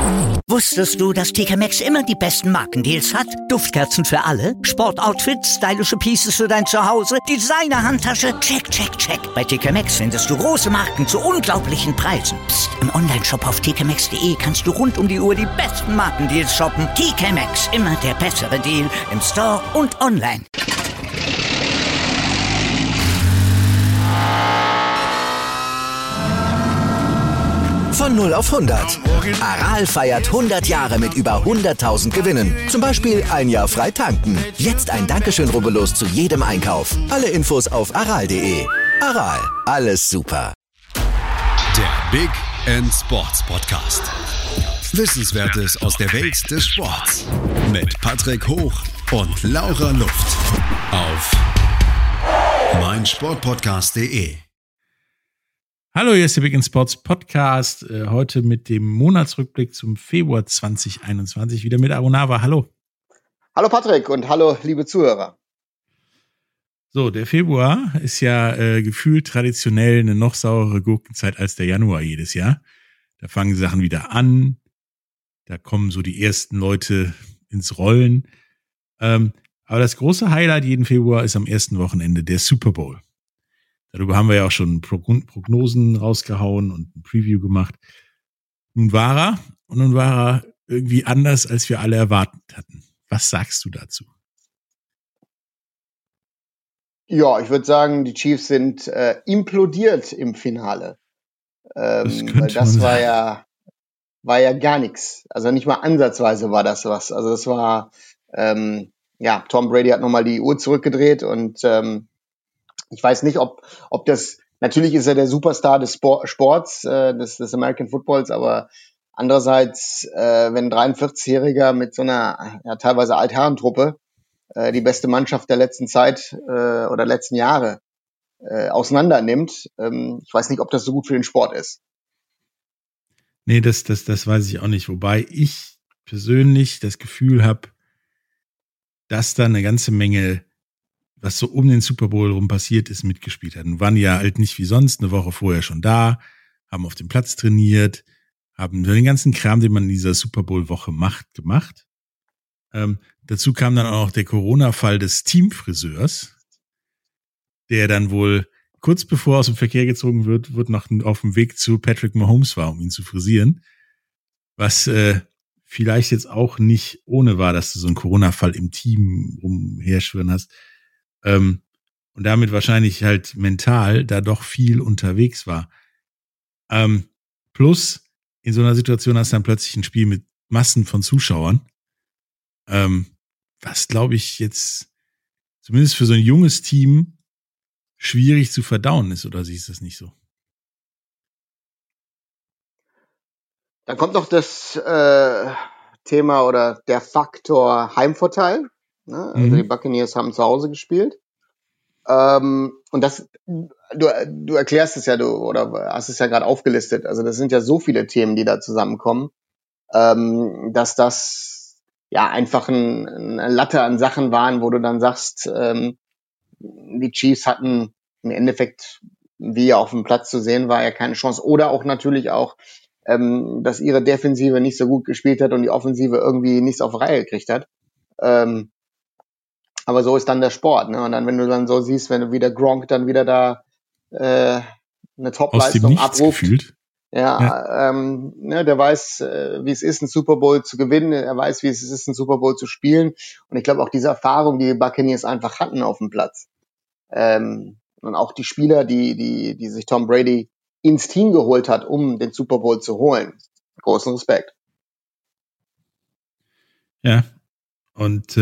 Wusstest du, dass TK Maxx immer die besten Markendeals hat? Duftkerzen für alle, Sportoutfits, stylische Pieces für dein Zuhause, Designer-Handtasche, check, check, check. Bei TK Maxx findest du große Marken zu unglaublichen Preisen. Psst. Im Onlineshop auf tkmaxx.de kannst du rund um die Uhr die besten Markendeals shoppen. TK Maxx, immer der bessere Deal im Store und online. Von 0 auf 100. Aral feiert 100 Jahre mit über 100.000 Gewinnen. Zum Beispiel ein Jahr frei tanken. Jetzt ein Dankeschön, rubbellos zu jedem Einkauf. Alle Infos auf aral.de. Aral, alles super. Der Big End Sports Podcast. Wissenswertes aus der Welt des Sports. Mit Patrick Hoch und Laura Luft. Auf meinsportpodcast.de. Hallo, hier ist der Big End Sports Podcast. Heute mit dem Monatsrückblick zum Februar 2021. Wieder mit Arunava. Hallo. Hallo Patrick und hallo liebe Zuhörer. So, der Februar ist ja gefühlt traditionell eine noch saurere Gurkenzeit als der Januar jedes Jahr. Da fangen Sachen wieder an. Da kommen so die ersten Leute ins Rollen. Aber das große Highlight jeden Februar ist am ersten Wochenende der Super Bowl. Darüber haben wir ja auch schon Prognosen rausgehauen und ein Preview gemacht. Nun war er irgendwie anders, als wir alle erwartet hatten. Was sagst du dazu? Ja, ich würde sagen, die Chiefs sind implodiert im Finale. Weil das war ja gar nichts. Also nicht mal ansatzweise war das was. Also das war, Tom Brady hat nochmal die Uhr zurückgedreht und ich weiß nicht, ob das, natürlich ist er der Superstar des Sports, des American Footballs, aber andererseits, wenn ein 43-Jähriger mit so einer teilweise Altherrentruppe die beste Mannschaft der letzten Zeit oder letzten Jahre auseinander nimmt, ich weiß nicht, ob das so gut für den Sport ist. Nee, das weiß ich auch nicht. Wobei ich persönlich das Gefühl habe, dass da eine ganze Menge, was so um den Super Bowl rum passiert ist, mitgespielt hat. Und waren ja halt nicht wie sonst eine Woche vorher schon da, haben auf dem Platz trainiert, haben den ganzen Kram, den man in dieser Super Bowl-Woche macht, gemacht. Dazu kam dann auch noch der Corona-Fall des Teamfriseurs, der dann wohl kurz bevor er aus dem Verkehr gezogen wird noch auf dem Weg zu Patrick Mahomes war, um ihn zu frisieren. Was vielleicht jetzt auch nicht ohne war, dass du so einen Corona-Fall im Team rumherschwirren hast. Und damit wahrscheinlich halt mental da doch viel unterwegs war. Plus, in so einer Situation hast du dann plötzlich ein Spiel mit Massen von Zuschauern. Was, glaube ich, jetzt zumindest für so ein junges Team schwierig zu verdauen ist, oder siehst du das nicht so? Dann kommt noch das Thema oder der Faktor Heimvorteil. Ne? Also die Buccaneers haben zu Hause gespielt. Und das, du erklärst es ja, oder hast es ja gerade aufgelistet. Also das sind ja so viele Themen, die da zusammenkommen, dass das ja einfach eine Latte an Sachen waren, wo du dann sagst, die Chiefs hatten im Endeffekt, wie ja auf dem Platz zu sehen war, ja keine Chance. Oder auch natürlich auch, dass ihre Defensive nicht so gut gespielt hat und die Offensive irgendwie nichts auf Reihe gekriegt hat. Aber so ist dann der Sport, ne? Und dann, wenn du dann so siehst, wenn du wieder Gronk dann wieder da eine Top-Leistung abruft. Gefühlt. Ja. Ne, der weiß, wie es ist, einen Super Bowl zu gewinnen. Er weiß, wie es ist, einen Super Bowl zu spielen. Und ich glaube auch diese Erfahrung, die Buccaneers einfach hatten auf dem Platz. Und auch die Spieler, die sich Tom Brady ins Team geholt hat, um den Super Bowl zu holen. Großen Respekt. Ja. Und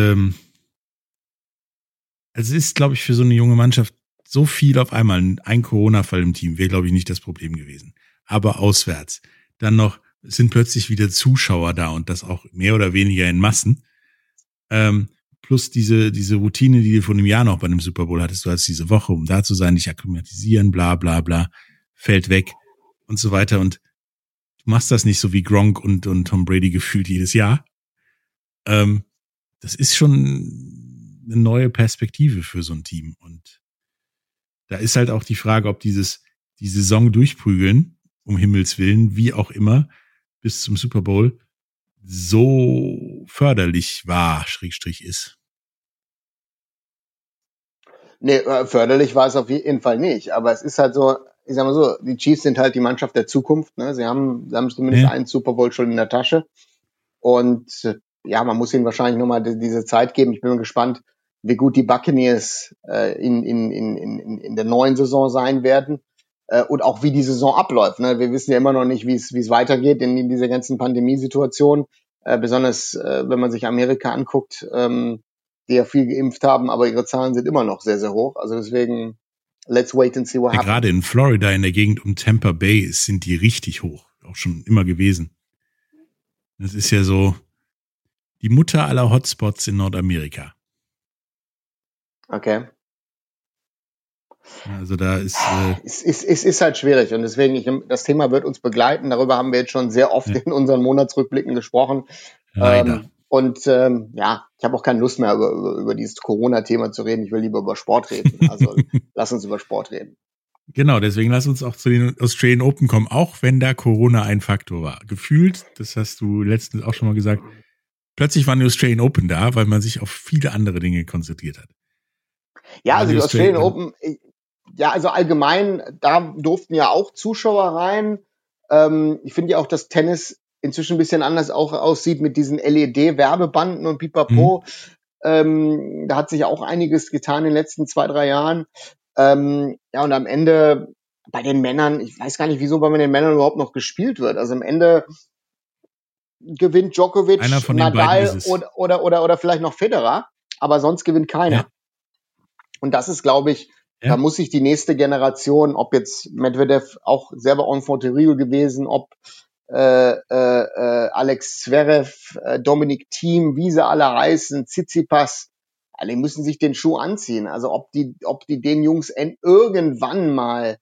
es ist, glaube ich, für so eine junge Mannschaft so viel auf einmal. Ein Corona-Fall im Team wäre, glaube ich, nicht das Problem gewesen. Aber auswärts. Dann noch sind plötzlich wieder Zuschauer da und das auch mehr oder weniger in Massen. Plus diese Routine, die du vor einem Jahr noch bei einem Super Bowl hattest. Du hast diese Woche, um da zu sein, dich akklimatisieren, bla bla bla, fällt weg und so weiter. Und du machst das nicht so wie Gronk und Tom Brady gefühlt jedes Jahr. Das ist schon eine neue Perspektive für so ein Team. Und da ist halt auch die Frage, ob die Saison durchprügeln, um Himmels Willen, wie auch immer, bis zum Super Bowl, so förderlich war, Schrägstrich ist. Nee, förderlich war es auf jeden Fall nicht. Aber es ist halt so, ich sag mal so, die Chiefs sind halt die Mannschaft der Zukunft. Ne? Sie haben zumindest einen Super Bowl schon in der Tasche. Und ja, man muss ihnen wahrscheinlich nochmal diese Zeit geben. Ich bin mal gespannt, wie gut die Buccaneers in der neuen Saison sein werden. Und auch wie die Saison abläuft. Ne? Wir wissen ja immer noch nicht, wie es weitergeht in dieser ganzen Pandemiesituation. Besonders wenn man sich Amerika anguckt, die ja viel geimpft haben, aber ihre Zahlen sind immer noch sehr, sehr hoch. Also deswegen, let's wait and see what happens. Gerade in Florida, in der Gegend um Tampa Bay, sind die richtig hoch. Auch schon immer gewesen. Das ist ja so die Mutter aller Hotspots in Nordamerika. Okay. Also da ist es ist halt schwierig und deswegen, das Thema wird uns begleiten. Darüber haben wir jetzt schon sehr oft in unseren Monatsrückblicken gesprochen. Leider. Ja, ich habe auch keine Lust mehr über dieses Corona-Thema zu reden. Ich will lieber über Sport reden. Also lass uns über Sport reden. Genau, deswegen lass uns auch zu den Australian Open kommen, auch wenn da Corona ein Faktor war. Gefühlt, das hast du letztens auch schon mal gesagt, plötzlich waren die Australian Open da, weil man sich auf viele andere Dinge konzentriert hat. Ja, also die Australian Open, ja, also allgemein, da durften ja auch Zuschauer rein. Ich finde ja auch, dass Tennis inzwischen ein bisschen anders auch aussieht mit diesen LED-Werbebanden und Pipapo. Da hat sich auch einiges getan in den letzten 2-3 Jahren. Ja, und am Ende bei den Männern, ich weiß gar nicht, wieso bei den Männern überhaupt noch gespielt wird. Also am Ende gewinnt Djokovic, Nadal oder vielleicht noch Federer, aber sonst gewinnt keiner. Ja. Und das ist, glaube ich, da muss sich die nächste Generation, ob jetzt Medvedev auch selber enfant terrible gewesen, ob Alex Zverev, Dominic Thiem, wie sie alle heißen, Tsitsipas, alle müssen sich den Schuh anziehen. Also ob die den Jungs irgendwann mal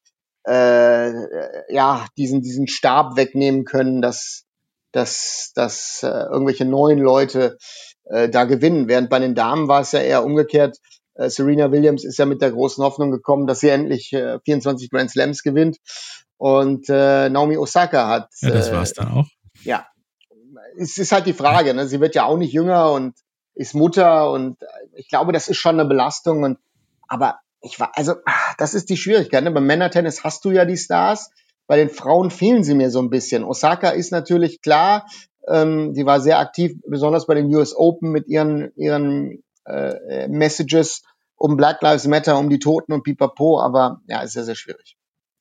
diesen Stab wegnehmen können, dass irgendwelche neuen Leute da gewinnen. Während bei den Damen war es ja eher umgekehrt. Serena Williams ist ja mit der großen Hoffnung gekommen, dass sie endlich 24 Grand Slams gewinnt. Und Naomi Osaka hat... Ja, das war's dann auch. Ja, es ist halt die Frage. Ne? Sie wird ja auch nicht jünger und ist Mutter. Und ich glaube, das ist schon eine Belastung. Aber das ist die Schwierigkeit. Ne? Beim Männertennis hast du ja die Stars. Bei den Frauen fehlen sie mir so ein bisschen. Osaka ist natürlich klar. Sie war sehr aktiv, besonders bei den US Open mit ihren Messages um Black Lives Matter, um die Toten und Pipapo, aber ja, ist sehr, sehr schwierig.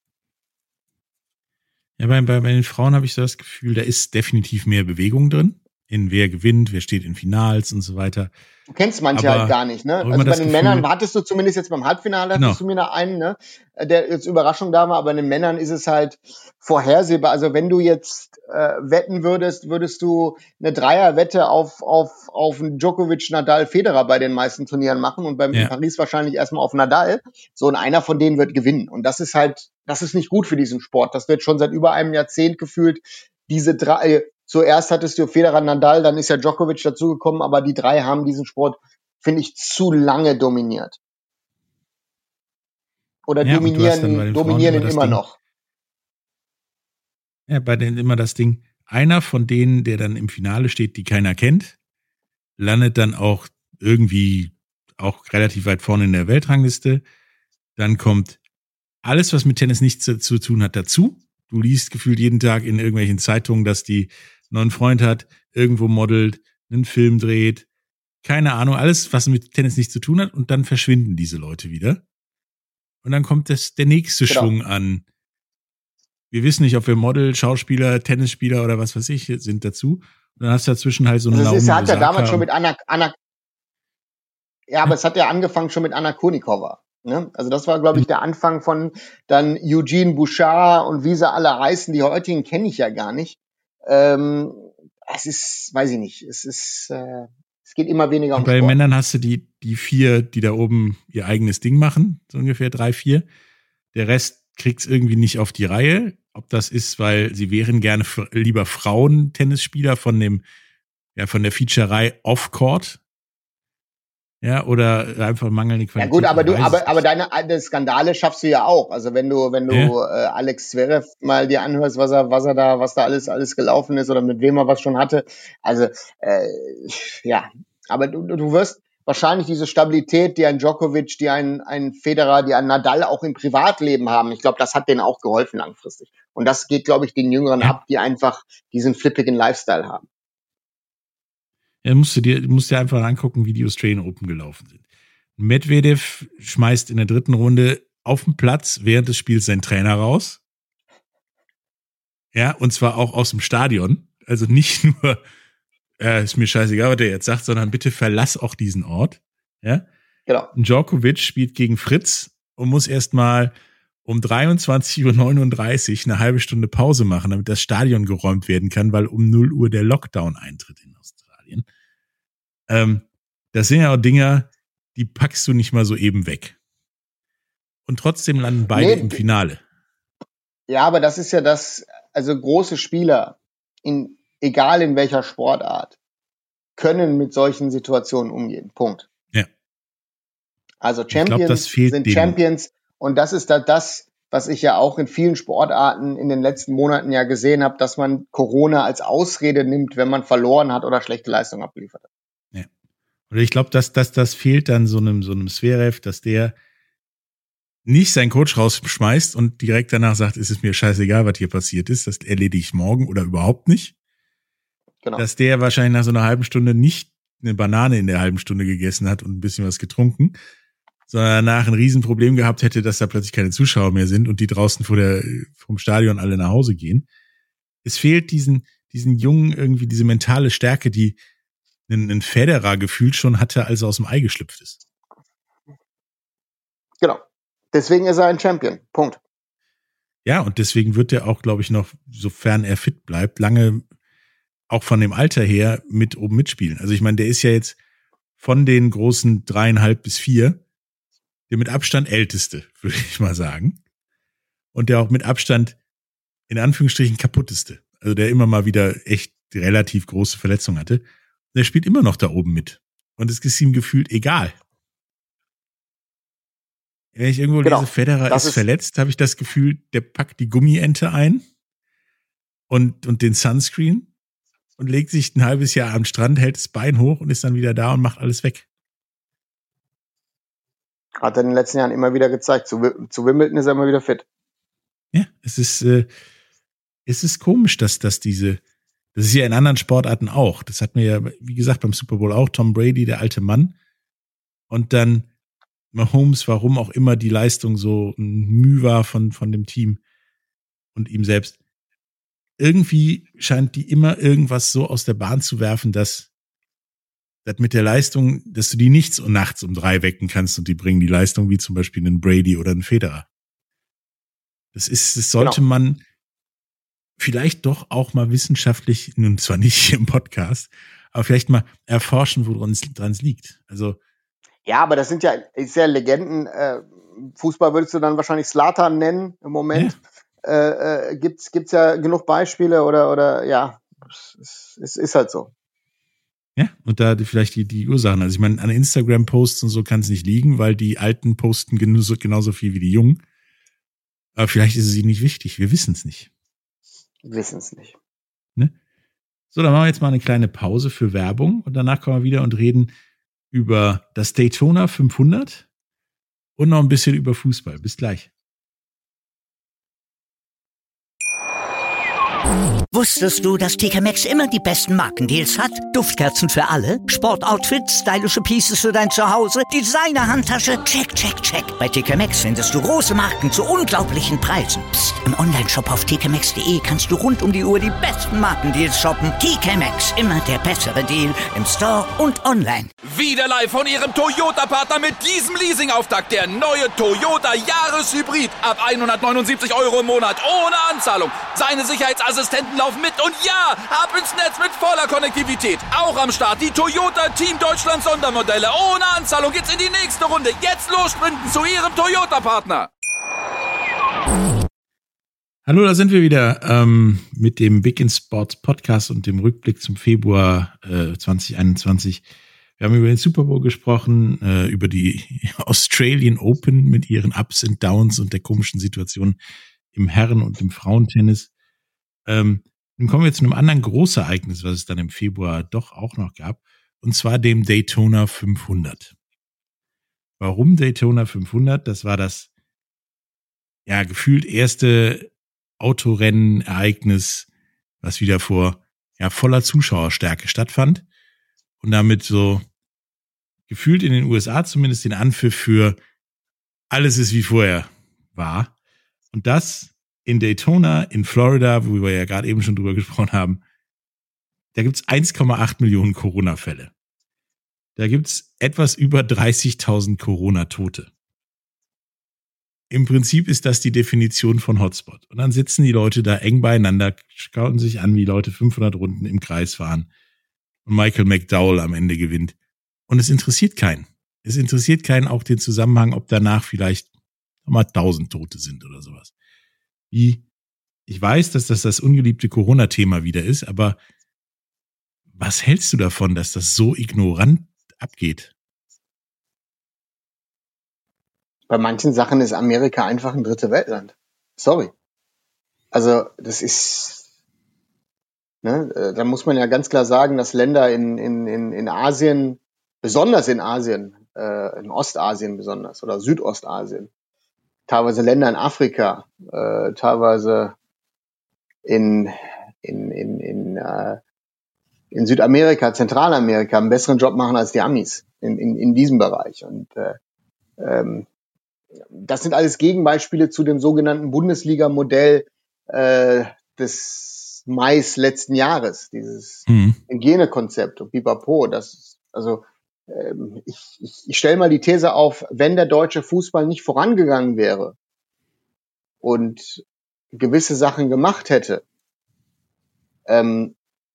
Ja, bei den Frauen habe ich so das Gefühl, da ist definitiv mehr Bewegung drin, in wer gewinnt, wer steht in Finals und so weiter. Du kennst manche halt gar nicht, ne? Also bei den Männern hattest du zumindest jetzt beim Halbfinale, hattest du mir noch einen, ne? Der jetzt Überraschung da war, aber bei den Männern ist es halt vorhersehbar. Also wenn du jetzt wetten würdest du eine Dreierwette auf einen Djokovic, Nadal, Federer bei den meisten Turnieren machen und beim Paris wahrscheinlich erstmal auf Nadal. So, und einer von denen wird gewinnen. Und das ist nicht gut für diesen Sport. Das wird schon seit über einem Jahrzehnt gefühlt. Diese drei, zuerst hattest du Federer, Nadal, dann ist ja Djokovic dazugekommen, aber die drei haben diesen Sport, finde ich, zu lange dominiert. Oder dominieren ihn immer noch. Ja, bei denen immer das Ding, einer von denen, der dann im Finale steht, die keiner kennt, landet dann auch irgendwie auch relativ weit vorne in der Weltrangliste. Dann kommt alles, was mit Tennis nichts zu tun hat, dazu. Du liest gefühlt jeden Tag in irgendwelchen Zeitungen, dass die einen neuen Freund hat, irgendwo modelt, einen Film dreht, keine Ahnung, alles, was mit Tennis nichts zu tun hat, und dann verschwinden diese Leute wieder. Und dann kommt der nächste Schwung an. Wir wissen nicht, ob wir Model, Schauspieler, Tennisspieler oder was weiß ich sind dazu. Und dann hast du dazwischen halt so eine Naomi Osaka. Das hat ja damals schon mit Anna. Ja, aber es hat ja angefangen schon mit Anna Kournikova. Ne? Also das war, glaube ich, der Anfang von dann Eugene Bouchard und wie sie alle heißen. Die heutigen kenne ich ja gar nicht. Es ist, weiß ich nicht, es geht immer weniger um Sport. Bei Männern hast du die 4, die da oben ihr eigenes Ding machen, so ungefähr 3, 4. Der Rest kriegt's irgendwie nicht auf die Reihe. Ob das ist, weil sie wären gerne lieber Frauen-Tennisspieler von der Featurei Off-Court. Ja, oder einfach mangelnde Qualität. Ja gut, aber deine Skandale schaffst du ja auch. Also wenn du Alex Zverev mal dir anhörst, was da alles gelaufen ist oder mit wem er was schon hatte. Also ja, aber du wirst wahrscheinlich diese Stabilität, die ein Djokovic, die ein Federer, die ein Nadal auch im Privatleben haben. Ich glaube, das hat denen auch geholfen langfristig. Und das geht, glaube ich, den Jüngeren ab, die einfach diesen flippigen Lifestyle haben. Ja, musst du dir einfach angucken, wie die Australian Open gelaufen sind. Medvedev schmeißt in der 3. Runde auf dem Platz während des Spiels seinen Trainer raus. Ja, und zwar auch aus dem Stadion. Also nicht nur, ist mir scheißegal, was der jetzt sagt, sondern bitte verlass auch diesen Ort. Ja. Genau. Djokovic spielt gegen Fritz und muss erstmal um 23:39 Uhr eine halbe Stunde Pause machen, damit das Stadion geräumt werden kann, weil um 0 Uhr der Lockdown eintritt in Australien. Das sind ja auch Dinger, die packst du nicht mal so eben weg. Und trotzdem landen beide im Finale. Ja, aber das ist ja also große Spieler, egal in welcher Sportart, können mit solchen Situationen umgehen. Punkt. Ja. Also Champions sind Champions und das ist das, was ich ja auch in vielen Sportarten in den letzten Monaten ja gesehen habe, dass man Corona als Ausrede nimmt, wenn man verloren hat oder schlechte Leistung abgeliefert hat. Ja. Oder ich glaube, dass das fehlt dann so einem Zverev, dass der nicht seinen Coach rausschmeißt und direkt danach sagt, es ist mir scheißegal, was hier passiert ist, das erledige ich morgen oder überhaupt nicht. Genau. Dass der wahrscheinlich nach so einer halben Stunde nicht eine Banane in der halben Stunde gegessen hat und ein bisschen was getrunken, sondern danach ein Riesenproblem gehabt hätte, dass da plötzlich keine Zuschauer mehr sind und die draußen vom Stadion alle nach Hause gehen. Es fehlt diesen Jungen irgendwie diese mentale Stärke, die ein Federer gefühlt schon hatte, als er aus dem Ei geschlüpft ist. Genau. Deswegen ist er ein Champion. Punkt. Ja, und deswegen wird er auch, glaube ich, noch, sofern er fit bleibt, lange auch von dem Alter her oben mitspielen. Also ich meine, der ist ja jetzt von den großen 3,5 bis 4 der mit Abstand älteste, würde ich mal sagen. Und der auch mit Abstand in Anführungsstrichen kaputteste. Also der immer mal wieder echt relativ große Verletzungen hatte. Der spielt immer noch da oben mit. Und es ist ihm gefühlt egal. Wenn ich irgendwo lese, Federer ist verletzt, habe ich das Gefühl, der packt die Gummiente ein und den Sunscreen und legt sich ein halbes Jahr am Strand, hält das Bein hoch und ist dann wieder da und macht alles weg. Hat er in den letzten Jahren immer wieder gezeigt. Zu Wimbledon ist er immer wieder fit. Ja, es ist komisch, dass das ist ja in anderen Sportarten auch. Das hat mir ja, wie gesagt, beim Super Bowl auch Tom Brady, der alte Mann. Und dann Mahomes, warum auch immer die Leistung so Mühe war von dem Team und ihm selbst. Irgendwie scheint die immer irgendwas so aus der Bahn zu werfen, dass mit der Leistung, dass du die nicht so nachts um 3 wecken kannst und die bringen die Leistung wie zum Beispiel einen Brady oder einen Federer. Das sollte man vielleicht doch auch mal wissenschaftlich, nun zwar nicht hier im Podcast, aber vielleicht mal erforschen, woran es liegt. Also ja, aber das ist ja Legenden. Fußball würdest du dann wahrscheinlich Zlatan nennen im Moment. Ja. Gibt's ja genug Beispiele oder ja, es ist halt so. Ja, und da vielleicht die Ursachen. Also ich meine, an Instagram-Posts und so kann es nicht liegen, weil die Alten posten genauso viel wie die Jungen. Aber vielleicht ist es ihnen nicht wichtig. Wir wissen es nicht. Ne? So, dann machen wir jetzt mal eine kleine Pause für Werbung und danach kommen wir wieder und reden über das Daytona 500 und noch ein bisschen über Fußball. Bis gleich. Wusstest du, dass TK Maxx immer die besten Markendeals hat? Duftkerzen für alle, Sportoutfits, stylische Pieces für dein Zuhause, Designer-Handtasche, check, check, check. Bei TK Maxx findest du große Marken zu unglaublichen Preisen. Psst. Im Onlineshop auf tkmaxx.de kannst du rund um die Uhr die besten Markendeals shoppen. TK Maxx, immer der bessere Deal im Store und online. Wieder live von Ihrem Toyota-Partner mit diesem Leasing-Auftakt. Der neue Toyota Jahreshybrid. Ab 179 € im Monat. Ohne Anzahlung. Seine Sicherheitsassistenten laufen mit. Und ja, ab ins Netz mit voller Konnektivität. Auch am Start die Toyota Team Deutschland Sondermodelle. Ohne Anzahlung geht's in die nächste Runde. Jetzt los sprinten zu Ihrem Toyota-Partner. Hallo, da sind wir wieder mit dem Big in Sports Podcast und dem Rückblick zum Februar 2021. Wir haben über den Super Bowl gesprochen, über die Australian Open mit ihren Ups und Downs und der komischen Situation im Herren- und im Frauentennis. Nun kommen wir zu einem anderen Großereignis, was es dann im Februar doch auch noch gab, und zwar dem Daytona 500. Warum Daytona 500? Das war das ja gefühlt erste Autorennen-Ereignis, was wieder vor voller Zuschauerstärke stattfand und damit so gefühlt in den USA zumindest den Anpfiff für alles ist wie vorher war. Und das in Daytona in Florida, wo wir ja gerade eben schon drüber gesprochen haben, da gibt's 1,8 Millionen Corona-Fälle. Da gibt's etwas über 30.000 Corona-Tote. Im Prinzip ist das die Definition von Hotspot. Und dann sitzen die Leute da eng beieinander, schauen sich an, wie Leute 500 Runden im Kreis fahren und Michael McDowell am Ende gewinnt. Und es interessiert keinen. Es interessiert keinen auch den Zusammenhang, ob danach vielleicht nochmal 1000 Tote sind oder sowas. Ich weiß, dass das ungeliebte Corona-Thema wieder ist, aber was hältst du davon, dass das so ignorant abgeht? Bei manchen Sachen ist Amerika einfach ein dritte Weltland. Sorry. Also das ist, ne, da muss man ja ganz klar sagen, dass Länder in Asien, besonders in Asien, in Ostasien besonders oder Südostasien, teilweise Länder in Afrika, teilweise in Südamerika, Zentralamerika einen besseren Job machen als die Amis in diesem Bereich. Und das sind alles Gegenbeispiele zu dem sogenannten Bundesliga-Modell des Mai letzten Jahres, dieses Hygienekonzept und Pipapo. Ich stelle mal die These auf, wenn der deutsche Fußball nicht vorangegangen wäre und gewisse Sachen gemacht hätte, dann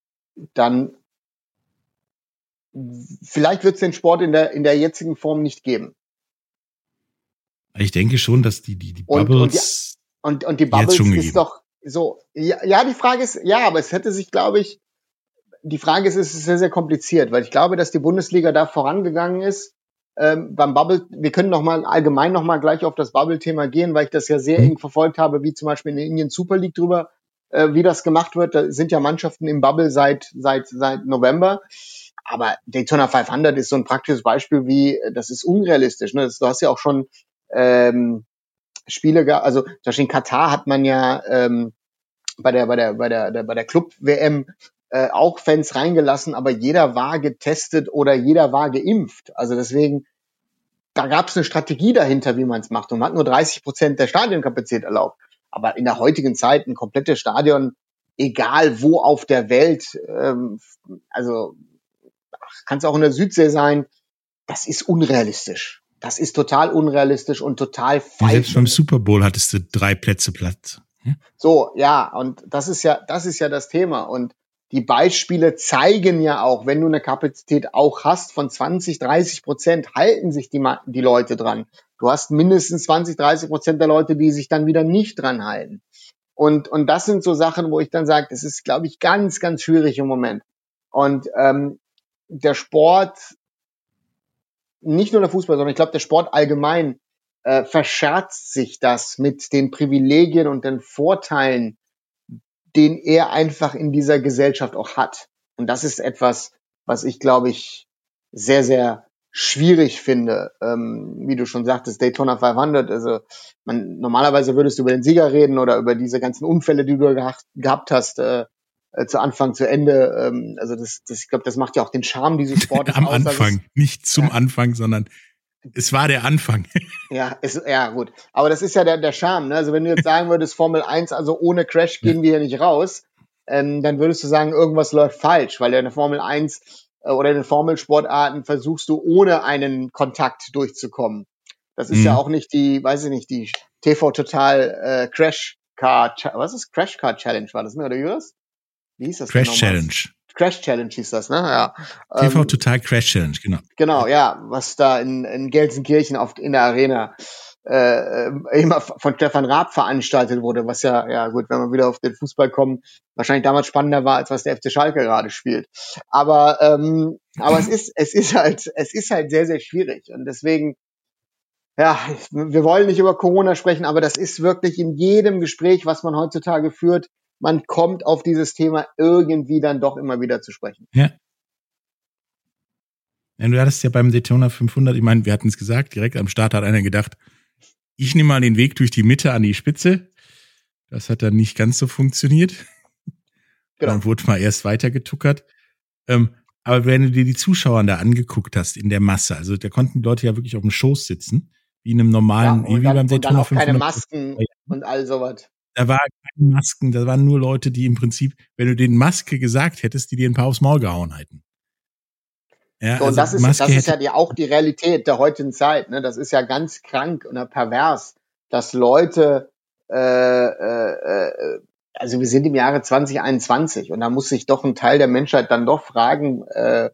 vielleicht wird es den Sport in der jetzigen Form nicht geben. Ich denke schon, dass die Bubbles und die Bubbles ist doch so. Ja, die Frage ist, ja, aber es hätte sich, glaube ich, die Frage ist, es ist sehr, sehr kompliziert, weil ich glaube, dass die Bundesliga da vorangegangen ist. Beim Bubble, wir können allgemein noch mal gleich auf das Bubble-Thema gehen, weil ich das ja sehr eng verfolgt habe, wie zum Beispiel in der Indian Super League drüber, wie das gemacht wird. Da sind ja Mannschaften im Bubble seit November. Aber Daytona 500 ist so ein praktisches Beispiel, das ist unrealistisch. Ne? Du hast ja auch schon Spiele, also zum Beispiel in Katar hat man ja bei der Club-WM auch Fans reingelassen, aber jeder war getestet oder jeder war geimpft. Also deswegen, da gab es eine Strategie dahinter, wie man es macht. Und man hat nur 30% der Stadionkapazität erlaubt. Aber in der heutigen Zeit ein komplettes Stadion, egal wo auf der Welt, also kann es auch in der Südsee sein, das ist unrealistisch. Das ist total unrealistisch und total falsch. Selbst beim Super Bowl hattest du 3 Plätze Platz. So, ja, und das ist ja das Thema. Und die Beispiele zeigen ja auch, wenn du eine Kapazität auch hast von 20-30%, halten sich die Leute dran. Du hast mindestens 20-30% der Leute, die sich dann wieder nicht dran halten. Und das sind so Sachen, wo ich dann sage, das ist, glaube ich, ganz, ganz schwierig im Moment. Und der Sport, nicht nur der Fußball, sondern ich glaube, der Sport allgemein verscherzt sich das mit den Privilegien und den Vorteilen, den er einfach in dieser Gesellschaft auch hat. Und das ist etwas, was ich, glaube ich, sehr, sehr schwierig finde. Wie du schon sagtest, Daytona 500, also normalerweise würdest du über den Sieger reden oder über diese ganzen Unfälle, die du gehabt hast, zu Anfang, zu Ende. Also ich glaube, das macht ja auch den Charme dieses Sportes Am Anfang, nicht zum Anfang, sondern es war der Anfang. Ja, gut. Aber das ist ja der Charme, ne? Also wenn du jetzt sagen würdest, Formel 1, also ohne Crash gehen wir hier nicht raus, dann würdest du sagen, irgendwas läuft falsch, weil in der Formel 1 oder in den Formelsportarten versuchst du ohne einen Kontakt durchzukommen. Das ist ja auch nicht die TV Total Crash Car, was ist Crash Car Challenge, war das, ne? Oder wie hieß das? Crash Challenge. Crash Challenge hieß das, ne? Ja. TV Total Crash Challenge, genau. Genau, ja, was da in Gelsenkirchen in der Arena immer von Stefan Raab veranstaltet wurde, was ja gut, wenn wir wieder auf den Fußball kommen, wahrscheinlich damals spannender war, als was der FC Schalke gerade spielt. Aber es ist halt sehr, sehr schwierig. Und deswegen, ja, wir wollen nicht über Corona sprechen, aber das ist wirklich in jedem Gespräch, was man heutzutage führt, man kommt auf dieses Thema irgendwie dann doch immer wieder zu sprechen. Ja. Ja, du hattest ja beim Daytona 500, ich meine, wir hatten es gesagt, direkt am Start hat einer gedacht, ich nehme mal den Weg durch die Mitte an die Spitze. Das hat dann nicht ganz so funktioniert. Genau. Dann wurde mal erst weitergetuckert. Aber wenn du dir die Zuschauer da angeguckt hast in der Masse, also da konnten die Leute ja wirklich auf dem Schoß sitzen, wie in einem normalen, wie beim Daytona 500. Keine Masken und all sowas. Da waren keine Masken, da waren nur Leute, die im Prinzip, wenn du denen Maske gesagt hättest, die dir ein paar aufs Maul gehauen hätten. Ja, so, und also das ist ja auch die Realität der heutigen Zeit. Ne? Das ist ja ganz krank und pervers, dass Leute, also wir sind im Jahre 2021 und da muss sich doch ein Teil der Menschheit dann doch fragen,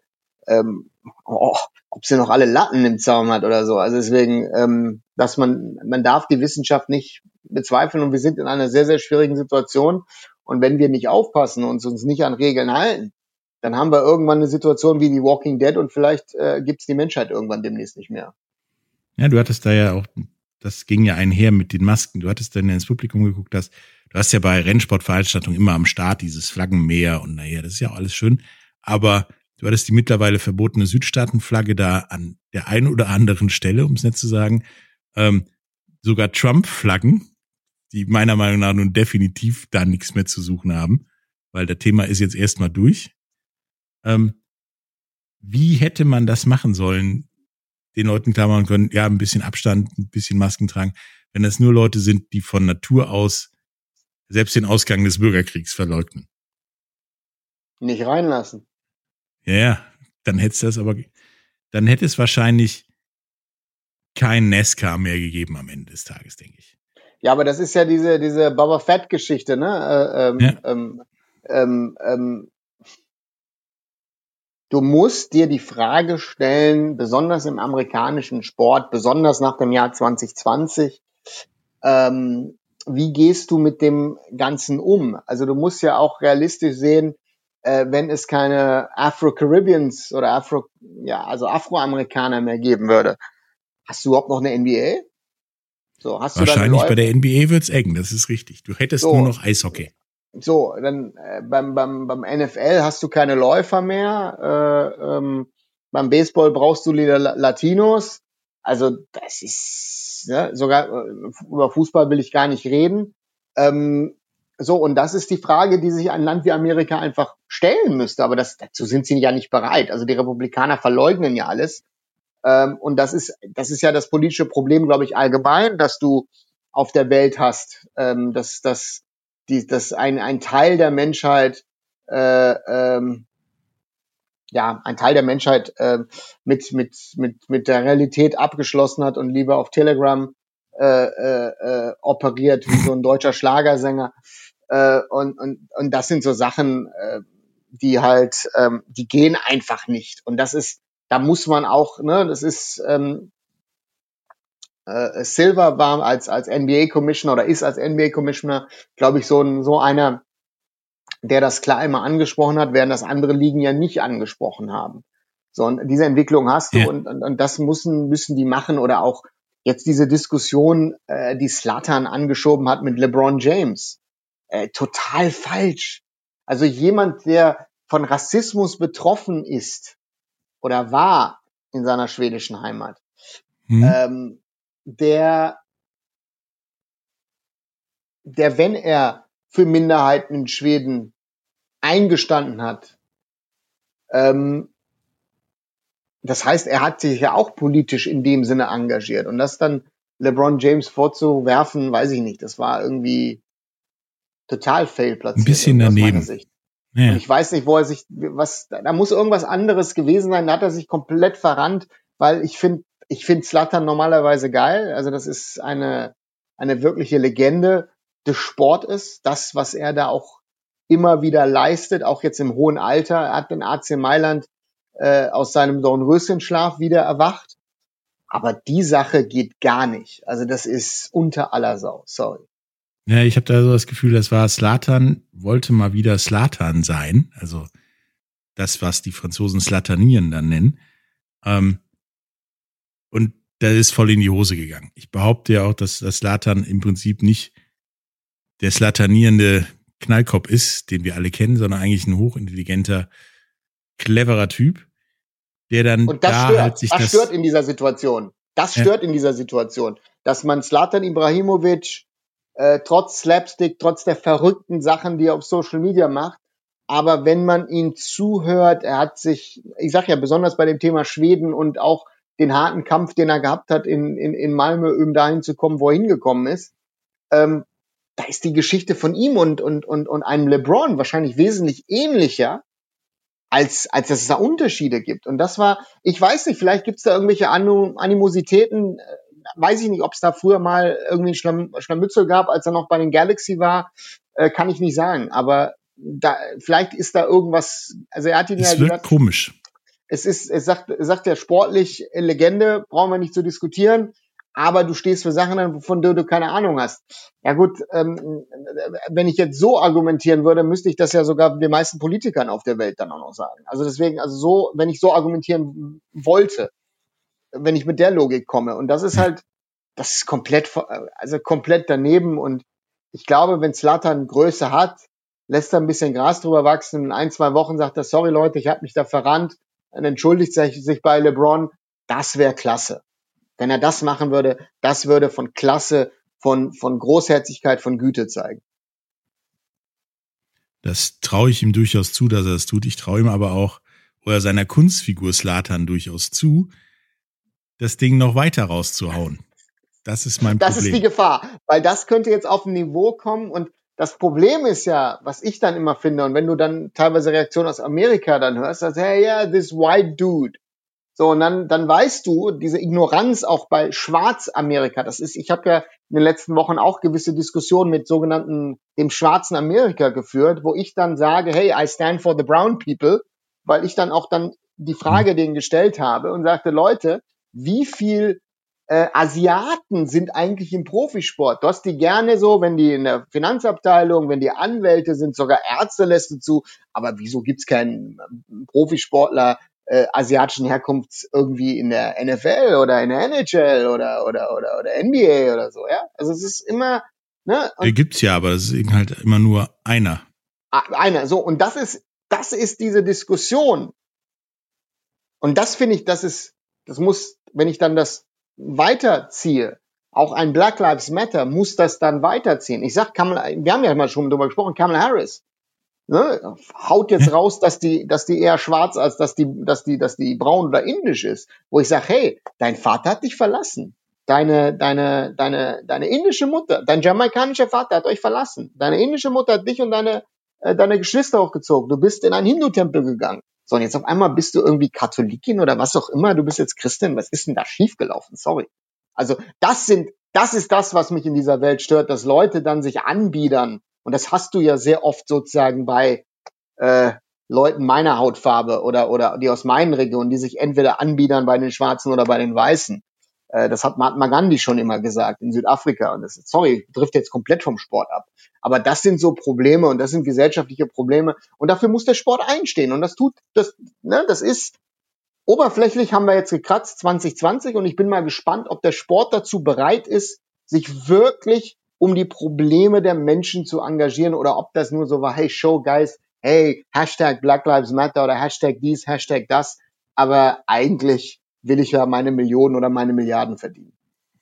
ob sie noch alle Latten im Zaum hat oder so. Also deswegen, dass man darf die Wissenschaft nicht bezweifeln und wir sind in einer sehr, sehr schwierigen Situation. Und wenn wir nicht aufpassen und uns nicht an Regeln halten, dann haben wir irgendwann eine Situation wie die Walking Dead und vielleicht gibt's die Menschheit irgendwann demnächst nicht mehr. Ja, du hattest da ja auch, das ging ja einher mit den Masken. Du hattest dann ins Publikum geguckt, du hast ja bei Rennsportveranstaltungen immer am Start dieses Flaggenmeer und naja, das ist ja auch alles schön. Aber du hattest die mittlerweile verbotene Südstaatenflagge da an der einen oder anderen Stelle, um es nicht zu sagen, sogar Trump-Flaggen, die meiner Meinung nach nun definitiv da nichts mehr zu suchen haben, weil das Thema ist jetzt erstmal durch. Wie hätte man das machen sollen, den Leuten klar machen können, ja, ein bisschen Abstand, ein bisschen Masken tragen, wenn das nur Leute sind, die von Natur aus selbst den Ausgang des Bürgerkriegs verleugnen? Nicht reinlassen. Ja, dann hätte es wahrscheinlich kein NASCAR mehr gegeben am Ende des Tages, denke ich. Ja, aber das ist ja diese Boba Fett-Geschichte, ne? Du musst dir die Frage stellen, besonders im amerikanischen Sport, besonders nach dem Jahr 2020, wie gehst du mit dem Ganzen um? Also du musst ja auch realistisch sehen, wenn es keine Afro-Caribbeans oder Afroamerikaner mehr geben würde. Hast du überhaupt noch eine NBA? So, hast wahrscheinlich bei der NBA wird's eng, das ist richtig. Du hättest nur noch Eishockey. So, dann beim NFL hast du keine Läufer mehr. Beim Baseball brauchst du wieder Latinos. Also das ist, ne, sogar über Fußball will ich gar nicht reden. So, und das ist die Frage, die sich ein Land wie Amerika einfach stellen müsste. Aber dazu sind sie ja nicht bereit. Also die Republikaner verleugnen ja alles. Und das ist ja das politische Problem, glaube ich, allgemein, dass du auf der Welt hast, dass ein Teil der Menschheit, ein Teil der Menschheit mit der Realität abgeschlossen hat und lieber auf Telegram operiert wie so ein deutscher Schlagersänger. Und das sind so Sachen, die halt, die gehen einfach nicht. Und da muss man auch, ne, das ist Silver war als NBA Commissioner oder ist als NBA Commissioner, glaube ich, so einer, der das klar immer angesprochen hat, während das andere Ligen ja nicht angesprochen haben. So, und diese Entwicklung hast du, ja. und das müssen die machen, oder auch jetzt diese Diskussion, die Zlatan angeschoben hat mit LeBron James. Total falsch. Also jemand, der von Rassismus betroffen ist oder war in seiner schwedischen Heimat, der, wenn er für Minderheiten in Schweden eingestanden hat, das heißt, er hat sich ja auch politisch in dem Sinne engagiert. Und das dann LeBron James vorzuwerfen, weiß ich nicht, das war irgendwie total fehlplatziert. Ein bisschen daneben. Aus meiner Sicht. Ja. Und ich weiß nicht, wo er sich, da muss irgendwas anderes gewesen sein, da hat er sich komplett verrannt, weil ich finde Zlatan normalerweise geil. Also das ist eine wirkliche Legende des Sportes. Das, was er da auch immer wieder leistet, auch jetzt im hohen Alter. Er hat den AC Mailand aus seinem Dornröschenschlaf wieder erwacht. Aber die Sache geht gar nicht. Also das ist unter aller Sau. Sorry. Ja, ich habe da so das Gefühl, das war Zlatan, wollte mal wieder Zlatan sein. Also das, was die Franzosen Zlatanieren dann nennen. Und da ist voll in die Hose gegangen. Ich behaupte ja auch, dass Zlatan im Prinzip nicht der zlatanierende Knallkopf ist, den wir alle kennen, sondern eigentlich ein hochintelligenter, cleverer Typ, der dann und das da stört. halt sich das stört in dieser Situation. Das stört in dieser Situation, dass man Zlatan Ibrahimovic trotz Slapstick, trotz der verrückten Sachen, die er auf Social Media macht, aber wenn man ihm zuhört, er hat sich, ich sag ja, besonders bei dem Thema Schweden und auch den harten Kampf, den er gehabt hat in Malmö, um dahin zu kommen, wo er hingekommen ist, da ist die Geschichte von ihm und einem LeBron wahrscheinlich wesentlich ähnlicher, als dass es da Unterschiede gibt. Und das war, ich weiß nicht, vielleicht gibt es da irgendwelche Animositäten, weiß ich nicht, ob es da früher mal irgendwie ein Scharmützel gab, als er noch bei den Galaxy war, kann ich nicht sagen. Aber da, vielleicht ist da irgendwas, also er hat ihn ja gesagt. Komisch. Es sagt ja sportlich Legende, brauchen wir nicht zu diskutieren, aber du stehst für Sachen, von denen du keine Ahnung hast. Ja gut, wenn ich jetzt so argumentieren würde, müsste ich das ja sogar den meisten Politikern auf der Welt dann auch noch sagen. Also deswegen, also so, wenn ich so argumentieren wollte, wenn ich mit der Logik komme, und das ist halt, das ist komplett daneben, und ich glaube, wenn Zlatan Größe hat, lässt er ein bisschen Gras drüber wachsen, in 1-2 Wochen sagt er, sorry Leute, ich habe mich da verrannt, und entschuldigt sich bei LeBron, das wäre klasse. Wenn er das machen würde, das würde von Klasse, von Großherzigkeit, von Güte zeigen. Das traue ich ihm durchaus zu, dass er das tut. Ich traue ihm aber auch, oder seiner Kunstfigur Zlatan durchaus zu, das Ding noch weiter rauszuhauen. Das ist mein Problem. Das ist die Gefahr, weil das könnte jetzt auf ein Niveau kommen, und das Problem ist ja, was ich dann immer finde, und wenn du dann teilweise Reaktionen aus Amerika dann hörst, dass, hey, yeah, this white dude. So, und dann weißt du, diese Ignoranz auch bei Schwarzamerika, das ist, ich habe ja in den letzten Wochen auch gewisse Diskussionen mit dem schwarzen Amerika geführt, wo ich dann sage, hey, I stand for the brown people, weil ich dann auch dann die Frage denen gestellt habe und sagte, Leute, wie viel Asiaten sind eigentlich im Profisport? Du hast die gerne so, wenn die in der Finanzabteilung, wenn die Anwälte sind, sogar Ärzte lässt du zu, aber wieso gibt's keinen Profisportler asiatischen Herkunfts irgendwie in der NFL oder in der NHL oder NBA oder so, ja? Also es ist immer, ne? Der gibt's ja, aber es ist eben halt immer nur einer. Einer, so, und das ist diese Diskussion. Und das finde ich, das muss, wenn ich dann das weiterziehe, auch ein Black Lives Matter muss das dann weiterziehen. Ich sag, wir haben ja mal schon drüber gesprochen, Kamala Harris, ne, haut jetzt raus, dass die eher schwarz als dass die braun oder indisch ist. Wo ich sage, hey, dein Vater hat dich verlassen. Deine indische Mutter, dein jamaikanischer Vater hat euch verlassen. Deine indische Mutter hat dich und deine Geschwister hochgezogen. Du bist in einen Hindu-Tempel gegangen. So, und jetzt auf einmal bist du irgendwie Katholikin oder was auch immer. Du bist jetzt Christin. Was ist denn da schiefgelaufen? Sorry. Also, das ist das, was mich in dieser Welt stört, dass Leute dann sich anbiedern. Und das hast du ja sehr oft sozusagen bei Leuten meiner Hautfarbe oder die aus meinen Regionen, die sich entweder anbiedern bei den Schwarzen oder bei den Weißen. Das hat Mahatma Gandhi schon immer gesagt in Südafrika. Und das, sorry, trifft jetzt komplett vom Sport ab. Aber das sind so Probleme und das sind gesellschaftliche Probleme. Und dafür muss der Sport einstehen. Und das ist, oberflächlich haben wir jetzt gekratzt 2020. Und ich bin mal gespannt, ob der Sport dazu bereit ist, sich wirklich um die Probleme der Menschen zu engagieren oder ob das nur so war, hey, Show Guys, hey, Hashtag Black Lives Matter oder Hashtag dies, Hashtag das. Aber eigentlich will ich ja meine Millionen oder meine Milliarden verdienen.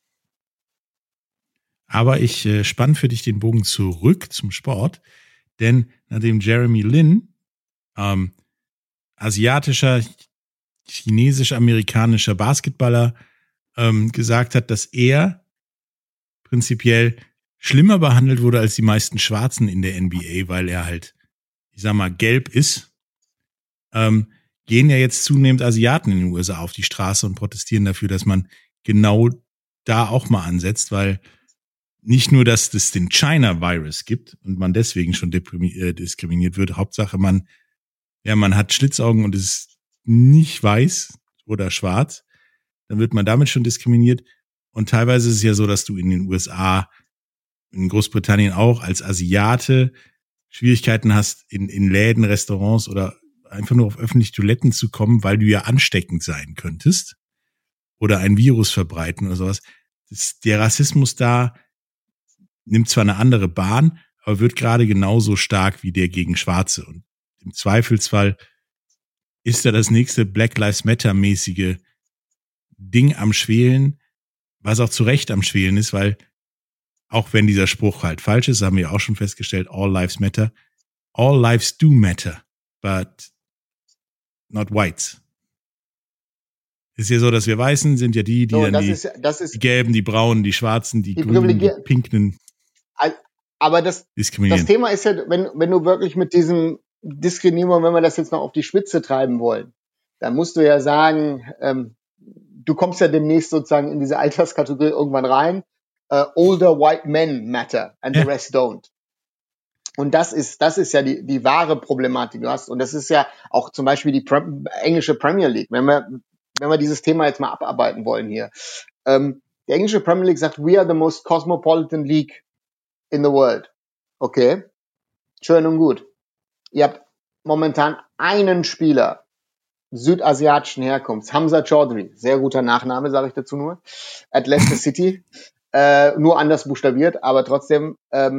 Aber ich spann für dich den Bogen zurück zum Sport, denn nachdem Jeremy Lin, asiatischer, chinesisch-amerikanischer Basketballer, gesagt hat, dass er prinzipiell schlimmer behandelt wurde als die meisten Schwarzen in der NBA, weil er halt, ich sag mal, gelb ist, gehen ja jetzt zunehmend Asiaten in den USA auf die Straße und protestieren dafür, dass man genau da auch mal ansetzt, weil nicht nur, dass es den China-Virus gibt und man deswegen schon diskriminiert wird, Hauptsache man hat Schlitzaugen und ist nicht weiß oder schwarz, dann wird man damit schon diskriminiert. Und teilweise ist es ja so, dass du in den USA, in Großbritannien auch, als Asiate Schwierigkeiten hast, in Läden, Restaurants oder einfach nur auf öffentliche Toiletten zu kommen, weil du ja ansteckend sein könntest oder ein Virus verbreiten oder sowas. Der Rassismus da nimmt zwar eine andere Bahn, aber wird gerade genauso stark wie der gegen Schwarze. Und im Zweifelsfall ist da das nächste Black Lives Matter-mäßige Ding am Schwelen, was auch zu Recht am Schwelen ist, weil auch wenn dieser Spruch halt falsch ist, haben wir auch schon festgestellt, all lives matter, all lives do matter, but not whites. Ist ja so, dass wir Weißen sind ja die so, dann die Gelben, die Braunen, die Schwarzen, die Grünen, die Pinken aber das Thema ist ja, wenn du wirklich mit diesem Diskriminierung, wenn wir das jetzt noch auf die Spitze treiben wollen, dann musst du ja sagen, du kommst ja demnächst sozusagen in diese Alterskategorie irgendwann rein, older white men matter and the rest don't. Und das ist ja die wahre Problematik, die du hast. Und das ist ja auch zum Beispiel die englische Premier League. Wenn wir dieses Thema jetzt mal abarbeiten wollen hier. Die englische Premier League sagt, we are the most cosmopolitan league in the world. Okay, schön und gut. Ihr habt momentan einen Spieler südasiatischen Herkunfts, Hamza Chaudhry, sehr guter Nachname, sage ich dazu nur, at Leicester City, nur anders buchstabiert, aber trotzdem,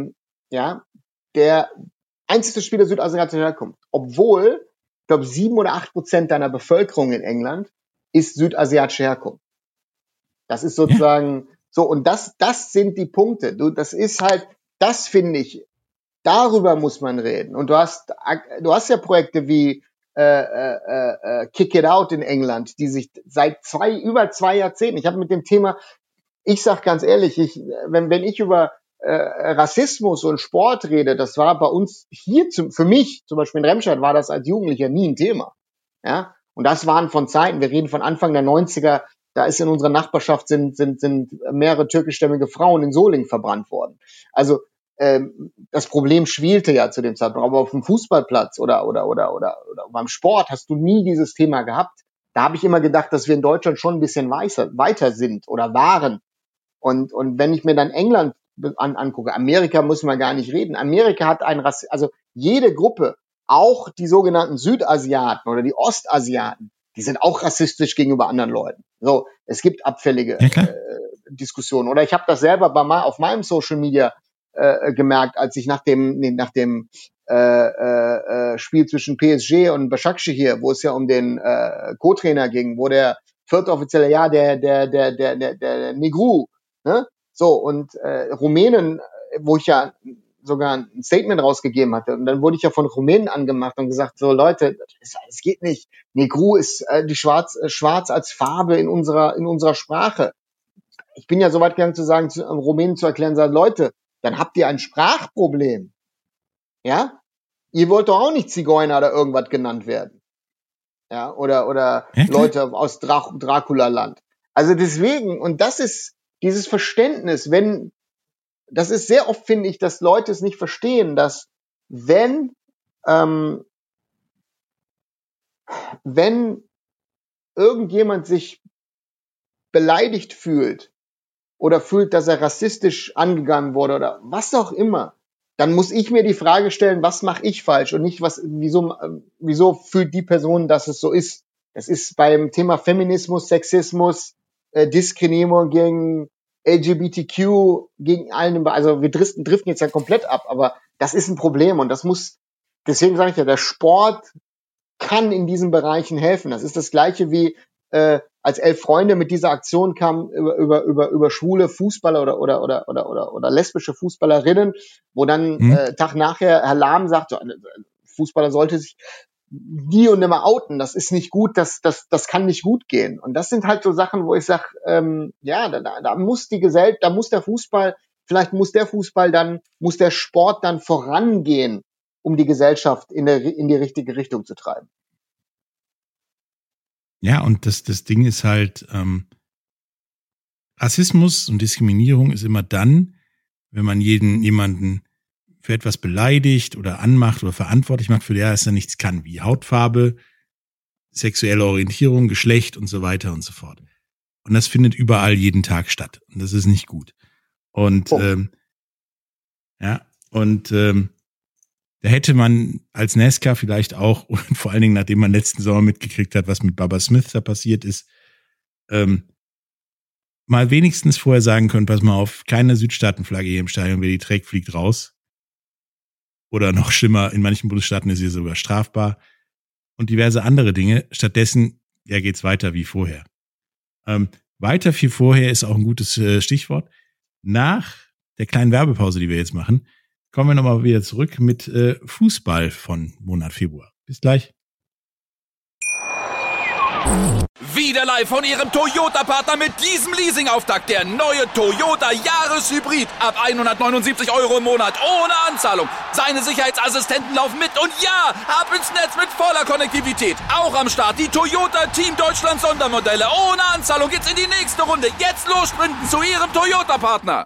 der einzige Spieler südasiatischer Herkunft, obwohl, ich glaube, 7 oder 8% deiner Bevölkerung in England ist südasiatische Herkunft. Das ist sozusagen so, und das sind die Punkte. Das ist halt, das finde ich, darüber muss man reden. Und du hast ja Projekte wie Kick It Out in England, die sich seit über 2 Jahrzehnten, ich habe mit dem Thema, ich sag ganz ehrlich, wenn ich über Rassismus und Sport rede, das war bei uns hier, für mich, zum Beispiel in Remscheid, war das als Jugendlicher nie ein Thema. Ja? Und das waren von Zeiten, wir reden von Anfang der 90er, da ist in unserer Nachbarschaft sind mehrere türkischstämmige Frauen in Solingen verbrannt worden. Also das Problem schwelte ja zu dem Zeitpunkt, aber auf dem Fußballplatz oder beim Sport hast du nie dieses Thema gehabt. Da habe ich immer gedacht, dass wir in Deutschland schon ein bisschen weiter sind oder waren. Und wenn ich mir dann England angucke, Amerika muss man gar nicht reden. Amerika hat also jede Gruppe, auch die sogenannten Südasiaten oder die Ostasiaten, die sind auch rassistisch gegenüber anderen Leuten. So, es gibt abfällige Diskussionen. Oder ich habe das selber auf meinem Social Media gemerkt, als ich nach dem Spiel zwischen PSG und Başakşehir, wo es ja um den Co-Trainer ging, wo der 4. offizielle der Negru, ne? So, und Rumänen, wo ich ja sogar ein Statement rausgegeben hatte, und dann wurde ich ja von Rumänen angemacht und gesagt, so Leute, es geht nicht. Negru ist die Schwarz als Farbe in unserer Sprache. Ich bin ja so weit gegangen zu sagen, Rumänen zu erklären, sagen, Leute, dann habt ihr ein Sprachproblem. Ja? Ihr wollt doch auch nicht Zigeuner oder irgendwas genannt werden. Ja, oder Leute aus Dracula-Land. Also deswegen, und das ist dieses Verständnis, das ist sehr oft, finde ich, dass Leute es nicht verstehen, dass wenn irgendjemand sich beleidigt fühlt oder fühlt, dass er rassistisch angegangen wurde oder was auch immer, dann muss ich mir die Frage stellen, was mache ich falsch und nicht, wieso fühlt die Person, dass es so ist. Das ist beim Thema Feminismus, Sexismus, Diskriminierung gegen LGBTQ, gegen allen, also wir driften jetzt ja komplett ab, aber das ist ein Problem und deswegen sage ich ja, der Sport kann in diesen Bereichen helfen. Das ist das Gleiche wie als 11 Freunde mit dieser Aktion kamen über schwule Fußballer oder lesbische Fußballerinnen, wo dann Tag nachher Herr Lahm sagt, Fußballer sollte sich nie und nimmer outen, das ist nicht gut, das kann nicht gut gehen. Und das sind halt so Sachen, wo ich sage, da muss der Sport dann vorangehen, um die Gesellschaft in die richtige Richtung zu treiben. Ja, und das Ding ist halt, Rassismus und Diskriminierung ist immer dann, wenn man jemanden für etwas beleidigt oder anmacht oder verantwortlich macht, für der er nichts kann, wie Hautfarbe, sexuelle Orientierung, Geschlecht und so weiter und so fort. Und das findet überall jeden Tag statt. Und das ist nicht gut. Und da hätte man als NASCAR vielleicht auch, und vor allen Dingen, nachdem man letzten Sommer mitgekriegt hat, was mit Bubba Smith da passiert ist, mal wenigstens vorher sagen können, pass mal auf, keine Südstaatenflagge hier im Stadion, wer die trägt, fliegt raus. Oder noch schlimmer, in manchen Bundesstaaten ist sie sogar strafbar. Und diverse andere Dinge. Stattdessen, geht's weiter wie vorher. Weiter wie vorher ist auch ein gutes Stichwort. Nach der kleinen Werbepause, die wir jetzt machen, kommen wir nochmal wieder zurück mit Fußball von Monat Februar. Bis gleich. Wieder live von Ihrem Toyota-Partner mit diesem Leasing-Auftakt. Der neue Toyota Jahreshybrid. Ab 179 € im Monat. Ohne Anzahlung. Seine Sicherheitsassistenten laufen mit. Und ja, ab ins Netz mit voller Konnektivität. Auch am Start die Toyota Team Deutschland Sondermodelle. Ohne Anzahlung geht's in die nächste Runde. Jetzt los sprinten zu Ihrem Toyota-Partner.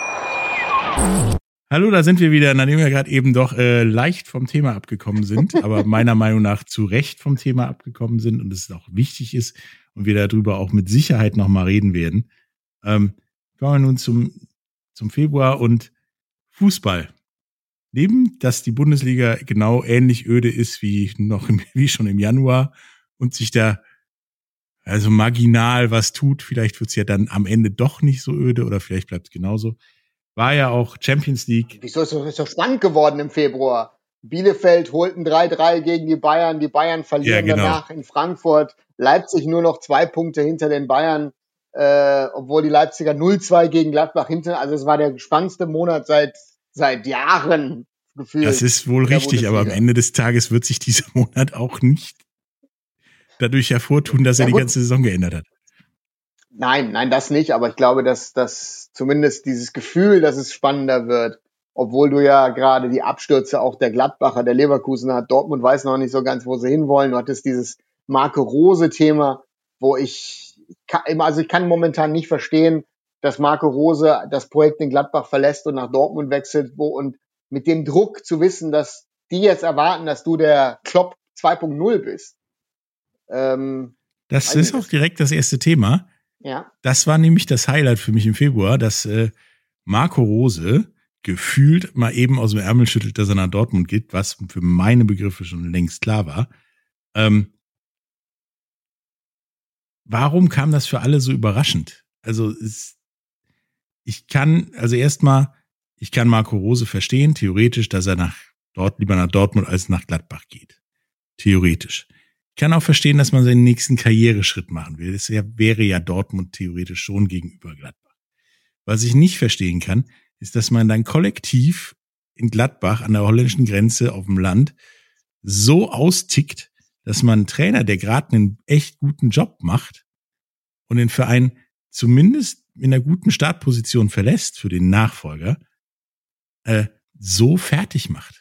Hallo, da sind wir wieder, nachdem wir gerade eben doch leicht vom Thema abgekommen sind, aber meiner Meinung nach zu Recht vom Thema abgekommen sind und es auch wichtig ist und wir darüber auch mit Sicherheit nochmal reden werden. Kommen wir nun zum Februar und Fußball. Neben, dass die Bundesliga genau ähnlich öde ist wie schon im Januar und sich da also marginal was tut, vielleicht wird's ja dann am Ende doch nicht so öde oder vielleicht bleibt es genauso. War ja auch Champions League. Wieso ist es so spannend geworden im Februar? Bielefeld holten 3-3 gegen die Bayern verlieren danach in Frankfurt. Leipzig nur noch 2 Punkte hinter den Bayern, obwohl die Leipziger 0-2 gegen Gladbach hinter. Also es war der spannendste Monat seit Jahren gefühlt. Das ist wohl richtig, aber am Ende des Tages wird sich dieser Monat auch nicht dadurch hervortun, dass er die ganze Saison geändert hat. Nein, das nicht, aber ich glaube, dass zumindest dieses Gefühl, dass es spannender wird, obwohl du ja gerade die Abstürze auch der Gladbacher, der Leverkusener, Dortmund weiß noch nicht so ganz, wo sie hinwollen. Du hattest dieses Marco Rose-Thema, wo ich kann momentan nicht verstehen, dass Marco Rose das Projekt in Gladbach verlässt und nach Dortmund wechselt, und mit dem Druck zu wissen, dass die jetzt erwarten, dass du der Klopp 2.0 bist. Das ist auch direkt das erste Thema. Ja. Das war nämlich das Highlight für mich im Februar, dass Marco Rose gefühlt mal eben aus dem Ärmel schüttelt, dass er nach Dortmund geht, was für meine Begriffe schon längst klar war. Warum kam das für alle so überraschend? Also ich kann Marco Rose verstehen, theoretisch, dass er lieber nach Dortmund als nach Gladbach geht. Theoretisch. Ich kann auch verstehen, dass man seinen nächsten Karriereschritt machen will. Das wäre ja Dortmund theoretisch schon gegenüber Gladbach. Was ich nicht verstehen kann, ist, dass man dann kollektiv in Gladbach an der holländischen Grenze auf dem Land so austickt, dass man einen Trainer, der gerade einen echt guten Job macht und den Verein zumindest in einer guten Startposition verlässt für den Nachfolger, so fertig macht.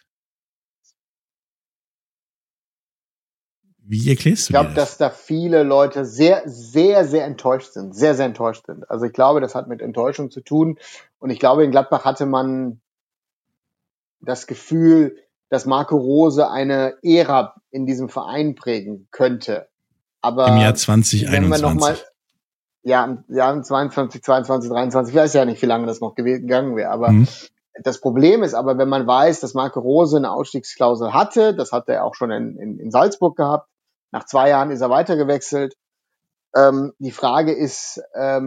Wie erklärst du das? Ich glaube, dass da viele Leute sehr, sehr, sehr enttäuscht sind. Sehr, sehr enttäuscht sind. Also ich glaube, das hat mit Enttäuschung zu tun. Und ich glaube, in Gladbach hatte man das Gefühl, dass Marco Rose eine Ära in diesem Verein prägen könnte. Aber im Jahr 2021. Wenn wir noch mal, im Jahr 22, 22, 23, ich weiß ja nicht, wie lange das noch gegangen wäre. Aber das Problem ist aber, wenn man weiß, dass Marco Rose eine Ausstiegsklausel hatte, das hat er auch schon in Salzburg gehabt, nach 2 Jahren ist er weitergewechselt. Die Frage ist,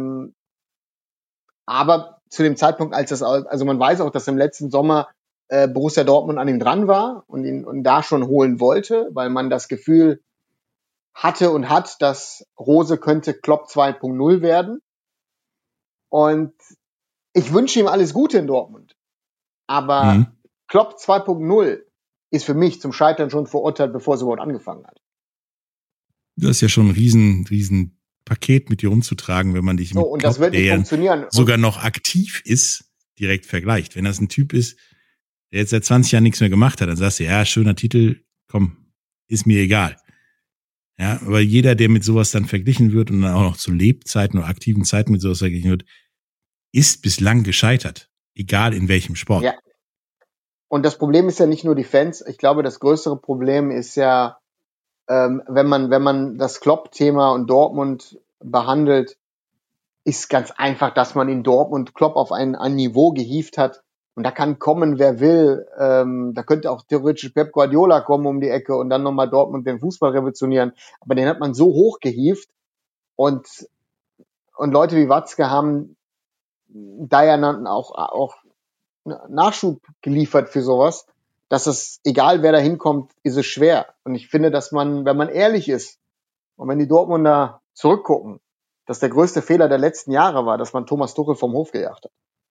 aber zu dem Zeitpunkt, also man weiß auch, dass im letzten Sommer Borussia Dortmund an ihm dran war und ihn da schon holen wollte, weil man das Gefühl hatte und hat, dass Rose könnte Klopp 2.0 werden. Und ich wünsche ihm alles Gute in Dortmund. Aber Klopp 2.0 ist für mich zum Scheitern schon verurteilt, bevor es überhaupt angefangen hat. Das ist ja schon ein riesen Paket mit dir rumzutragen, wenn man dich mit und das Klopp, wird nicht funktionieren. Sogar noch aktiv ist, direkt vergleicht. Wenn das ein Typ ist, der jetzt seit 20 Jahren nichts mehr gemacht hat, dann sagst du, ja, schöner Titel, komm, ist mir egal. Ja, aber jeder, der mit sowas dann verglichen wird und dann auch noch zu Lebzeiten oder aktiven Zeiten mit sowas verglichen wird, ist bislang gescheitert. Egal in welchem Sport. Ja. Und das Problem ist ja nicht nur die Fans. Ich glaube, das größere Problem ist ja, wenn man das Klopp-Thema und Dortmund behandelt, ist ganz einfach, dass man in Dortmund Klopp auf ein Niveau gehievt hat. Und da kann kommen, wer will. Da könnte auch theoretisch Pep Guardiola kommen um die Ecke und dann nochmal Dortmund den Fußball revolutionieren. Aber den hat man so hoch gehievt. Und Leute wie Watzke haben da ja auch Nachschub geliefert für sowas, dass es, egal wer da hinkommt, ist es schwer. Und ich finde, dass man, wenn man ehrlich ist und wenn die Dortmunder zurückgucken, dass der größte Fehler der letzten Jahre war, dass man Thomas Tuchel vom Hof gejagt hat.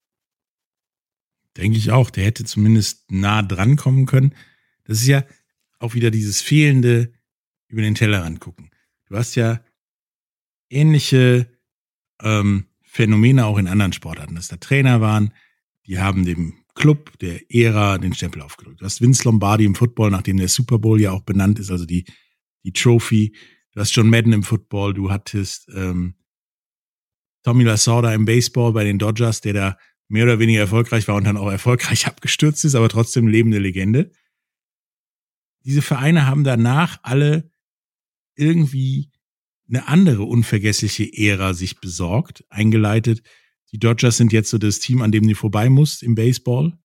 Denke ich auch. Der hätte zumindest nah dran kommen können. Das ist ja auch wieder dieses fehlende über den Tellerrand gucken. Du hast ja ähnliche Phänomene auch in anderen Sportarten, dass da Trainer waren, die haben dem Club der Ära den Stempel aufgedrückt. Du hast Vince Lombardi im Football, nachdem der Super Bowl ja auch benannt ist, also die Trophy. Du hast John Madden im Football, du hattest Tommy Lasorda im Baseball bei den Dodgers, der da mehr oder weniger erfolgreich war und dann auch erfolgreich abgestürzt ist, aber trotzdem lebende Legende. Diese Vereine haben danach alle irgendwie eine andere unvergessliche Ära sich besorgt, eingeleitet. Die Dodgers sind jetzt so das Team, an dem du vorbei musst im Baseball.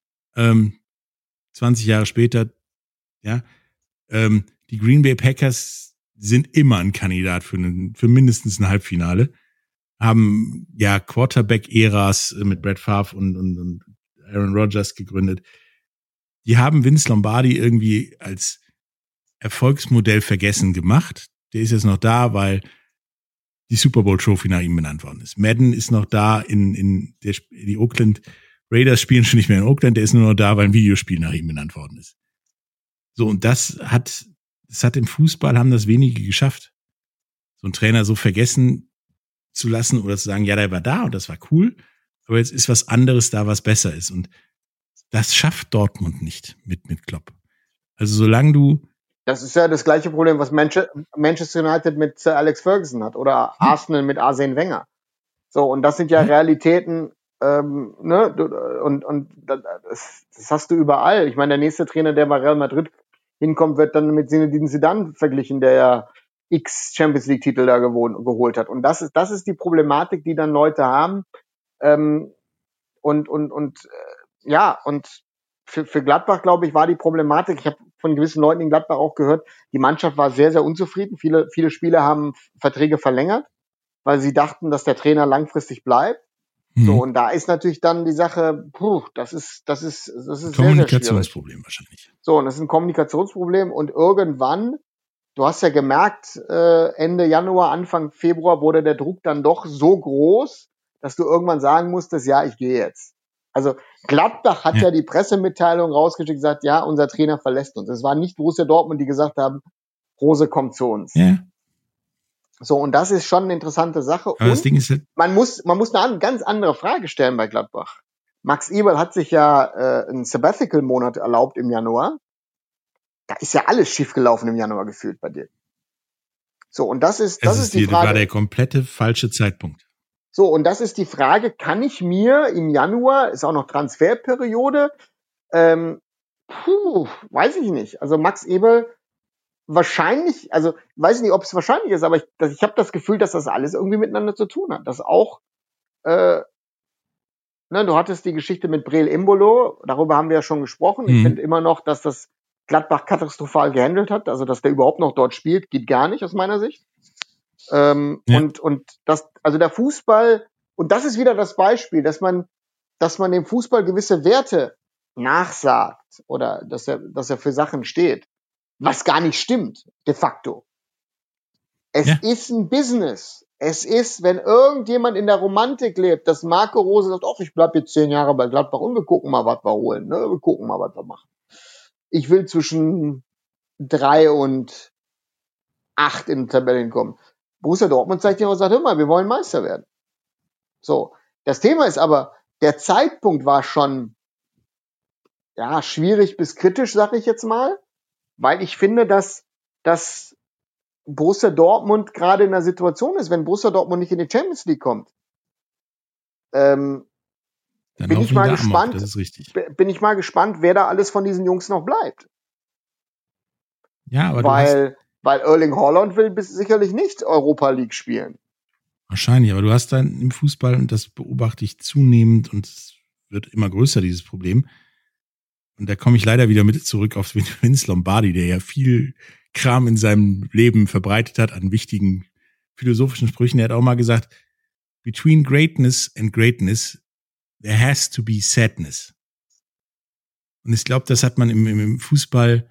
20 Jahre später, ja. Die Green Bay Packers sind immer ein Kandidat für mindestens ein Halbfinale. Haben ja Quarterback-Äras mit Brett Favre und Aaron Rodgers gegründet. Die haben Vince Lombardi irgendwie als Erfolgsmodell vergessen gemacht. Der ist jetzt noch da, weil die Super Bowl Trophy nach ihm benannt worden ist. Madden ist noch da, die Oakland Raiders spielen schon nicht mehr in Oakland, der ist nur noch da, weil ein Videospiel nach ihm benannt worden ist. So, und das hat im Fußball, haben das wenige geschafft. So einen Trainer so vergessen zu lassen oder zu sagen, ja, der war da und das war cool, aber jetzt ist was anderes da, was besser ist. Und das schafft Dortmund nicht mit Klopp. Also solange du... Das ist ja das gleiche Problem, was Manchester United mit Sir Alex Ferguson hat oder Arsenal mit Arsene Wenger. So, und das sind ja Realitäten, ne, und das hast du überall. Ich meine, der nächste Trainer, der bei Real Madrid hinkommt, wird dann mit Zinedine Zidane verglichen, der ja X Champions League Titel da geholt hat. Und das ist die Problematik, die dann Leute haben. Und für Gladbach, glaube ich, war die Problematik, ich habe von gewissen Leuten in Gladbach auch gehört, die Mannschaft war sehr, sehr unzufrieden. Viele Spieler haben Verträge verlängert, weil sie dachten, dass der Trainer langfristig bleibt. So, und da ist natürlich dann die Sache, das ist Kommunikationsproblem wahrscheinlich. So, und das ist ein Kommunikationsproblem und irgendwann, du hast ja gemerkt, Ende Januar, Anfang Februar wurde der Druck dann doch so groß, dass du irgendwann sagen musstest, ja, ich gehe jetzt. Also Gladbach hat ja die Pressemitteilung rausgeschickt, gesagt, ja, unser Trainer verlässt uns. Es war nicht Borussia Dortmund, die gesagt haben, Rose kommt zu uns. Ja. So, und das ist schon eine interessante Sache. Aber das Ding ist halt, man muss eine ganz andere Frage stellen bei Gladbach. Max Eberl hat sich ja einen Sabbatical-Monat erlaubt im Januar. Da ist ja alles schiefgelaufen im Januar gefühlt bei dir. So, und das ist die Frage. Das war der komplette falsche Zeitpunkt. So, und das ist die Frage, kann ich mir im Januar, ist auch noch Transferperiode, weiß ich nicht. Also Max Eberl wahrscheinlich, also weiß ich nicht, ob es wahrscheinlich ist, aber ich habe das Gefühl, dass das alles irgendwie miteinander zu tun hat. Dass auch, du hattest die Geschichte mit Breel Embolo, darüber haben wir ja schon gesprochen. Ich finde immer noch, dass das Gladbach katastrophal gehandelt hat, also dass der überhaupt noch dort spielt, geht gar nicht aus meiner Sicht. Und das, also der Fußball, und das ist wieder das Beispiel, dass man dem Fußball gewisse Werte nachsagt oder dass er für Sachen steht, was gar nicht stimmt, de facto. Es ist ein Business. Es ist, wenn irgendjemand in der Romantik lebt, dass Marco Rose sagt, ich bleib jetzt 10 Jahre bei Gladbach und wir gucken mal, was wir holen, ne? Wir gucken mal, was wir machen. Ich will zwischen 3 und 8 in den Tabellen kommen. Borussia Dortmund zeigt ja und sagt, hör mal, wir wollen Meister werden. So. Das Thema ist aber, der Zeitpunkt war schon, schwierig bis kritisch, sag ich jetzt mal, weil ich finde, dass Borussia Dortmund gerade in einer Situation ist, wenn Borussia Dortmund nicht in die Champions League kommt, bin ich mal gespannt, das ist richtig. Bin ich mal gespannt, wer da alles von diesen Jungs noch bleibt. Ja, aber weil Erling Haaland will sicherlich nicht Europa League spielen. Wahrscheinlich, aber du hast dann im Fußball, und das beobachte ich zunehmend und es wird immer größer, dieses Problem. Und da komme ich leider wieder mit zurück auf Vince Lombardi, der ja viel Kram in seinem Leben verbreitet hat an wichtigen philosophischen Sprüchen. Er hat auch mal gesagt, between greatness and greatness, there has to be sadness. Und ich glaube, das hat man im Fußball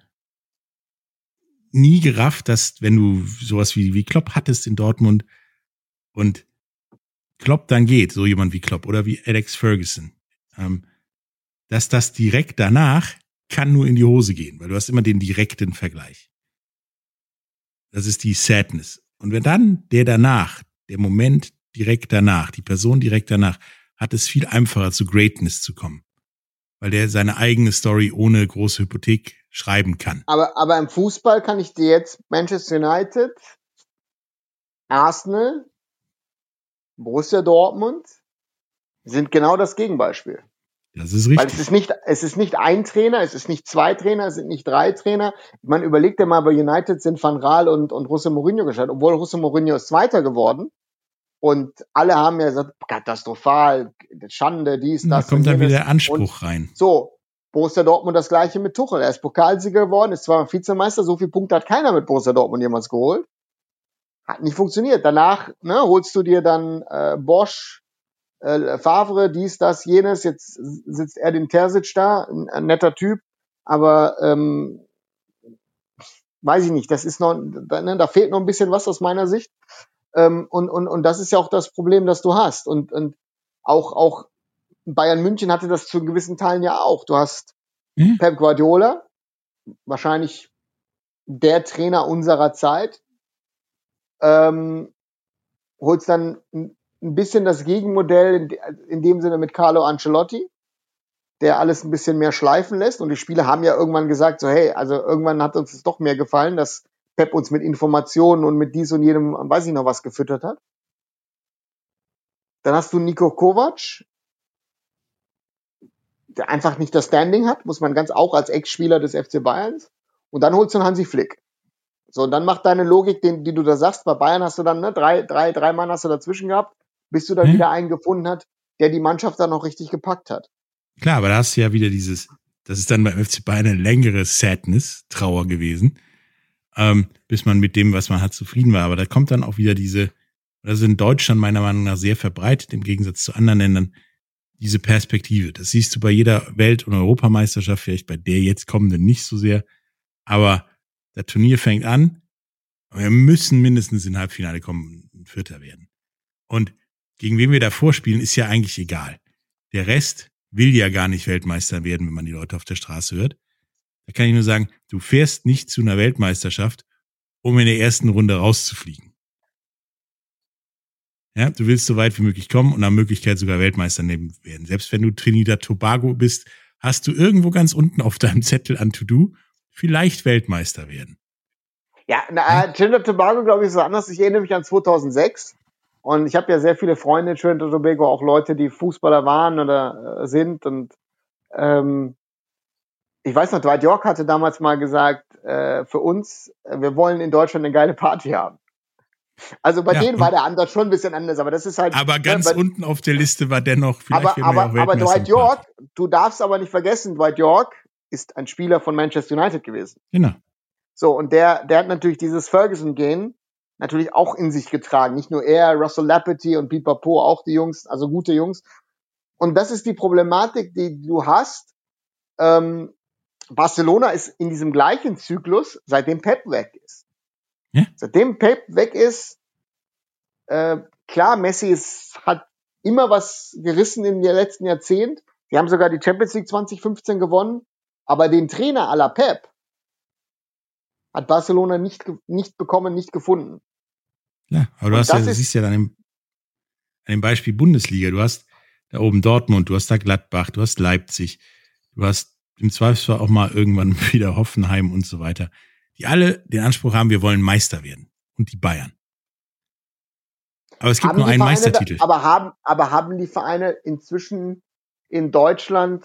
nie gerafft, dass wenn du sowas wie Klopp hattest in Dortmund und Klopp dann geht, so jemand wie Klopp oder wie Alex Ferguson, dass das direkt danach kann nur in die Hose gehen, weil du hast immer den direkten Vergleich. Das ist die Sadness. Und wenn dann der Moment direkt danach, die Person direkt danach, hat es viel einfacher zu Greatness zu kommen, weil der seine eigene Story ohne große Hypothek schreiben kann. Aber im Fußball kann ich dir jetzt Manchester United, Arsenal, Borussia Dortmund sind genau das Gegenbeispiel. Das ist richtig. Weil es ist nicht ein Trainer, es ist nicht zwei Trainer, es sind nicht drei Trainer. Man überlegt ja mal, bei United sind Van Gaal und José Mourinho gestartet, obwohl José Mourinho ist Zweiter geworden. Und alle haben ja gesagt, katastrophal, Schande, dies, das. Da kommt dann wieder der Anspruch rein. So, Borussia Dortmund das gleiche mit Tuchel. Er ist Pokalsieger geworden, ist zweimal Vizemeister, so viele Punkte hat keiner mit Borussia Dortmund jemals geholt. Hat nicht funktioniert. Danach holst du dir dann Bosch, Favre, dies, das, jenes. Jetzt sitzt Edin Terzic da, ein netter Typ, aber weiß ich nicht, das ist noch, da fehlt noch ein bisschen was aus meiner Sicht. Und das ist ja auch das Problem, das du hast. Und auch Bayern München hatte das zu gewissen Teilen ja auch. Du hast Pep Guardiola, wahrscheinlich der Trainer unserer Zeit, holst dann ein bisschen das Gegenmodell in dem Sinne mit Carlo Ancelotti, der alles ein bisschen mehr schleifen lässt. Und die Spieler haben ja irgendwann gesagt, so hey, also irgendwann hat uns es doch mehr gefallen, dass Pep uns mit Informationen und mit dies und jedem, weiß ich noch was, gefüttert hat. Dann hast du Niko Kovac, der einfach nicht das Standing hat, muss man auch als Ex-Spieler des FC Bayerns. Und dann holst du einen Hansi Flick. So, und dann macht deine Logik, die du da sagst, bei Bayern hast du dann, drei Mann hast du dazwischen gehabt, bis du dann wieder einen gefunden hast, der die Mannschaft dann noch richtig gepackt hat. Klar, aber da hast du ja wieder das ist dann beim FC Bayern eine längere Sadness, Trauer gewesen, bis man mit dem, was man hat, zufrieden war. Aber da kommt dann auch wieder das ist in Deutschland meiner Meinung nach sehr verbreitet, im Gegensatz zu anderen Ländern, diese Perspektive. Das siehst du bei jeder Welt- und Europameisterschaft, vielleicht bei der jetzt kommenden nicht so sehr, aber das Turnier fängt an, und wir müssen mindestens in Halbfinale kommen und Vierter werden. Und gegen wen wir davor spielen, ist ja eigentlich egal. Der Rest will ja gar nicht Weltmeister werden, wenn man die Leute auf der Straße hört. Da kann ich nur sagen, du fährst nicht zu einer Weltmeisterschaft, um in der ersten Runde rauszufliegen. Ja, du willst so weit wie möglich kommen und nach Möglichkeit sogar Weltmeister werden. Selbst wenn du Trinidad Tobago bist, hast du irgendwo ganz unten auf deinem Zettel an To-Do vielleicht Weltmeister werden. Ja, Trinidad Tobago, glaube ich, ist so anders. Ich erinnere mich an 2006 und ich habe ja sehr viele Freunde in Trinidad Tobago, auch Leute, die Fußballer waren oder sind und ich weiß noch, Dwight York hatte damals mal gesagt, für uns, wir wollen in Deutschland eine geile Party haben. Also bei denen war der Ansatz schon ein bisschen anders, aber das ist halt. Aber ganz unten auf der Liste war dennoch vielleicht. Aber Dwight York, du darfst aber nicht vergessen, Dwight York ist ein Spieler von Manchester United gewesen. Genau. So, und der hat natürlich dieses Ferguson-Gen natürlich auch in sich getragen. Nicht nur er, Russell Laperty und Pipapo, auch die Jungs, also gute Jungs. Und das ist die Problematik, die du hast. Barcelona ist in diesem gleichen Zyklus, seitdem Pep weg ist. Ja. Seitdem Pep weg ist, klar, Messi hat immer was gerissen in den letzten Jahrzehnt. Die haben sogar die Champions League 2015 gewonnen. Aber den Trainer à la Pep hat Barcelona nicht bekommen, nicht gefunden. Ja, aber du siehst ja dann an dem Beispiel Bundesliga, du hast da oben Dortmund, du hast da Gladbach, du hast Leipzig, du hast im Zweifelsfall auch mal irgendwann wieder Hoffenheim und so weiter, die alle den Anspruch haben, wir wollen Meister werden. Und die Bayern. Aber es gibt nur einen Meistertitel. Aber haben die Vereine inzwischen in Deutschland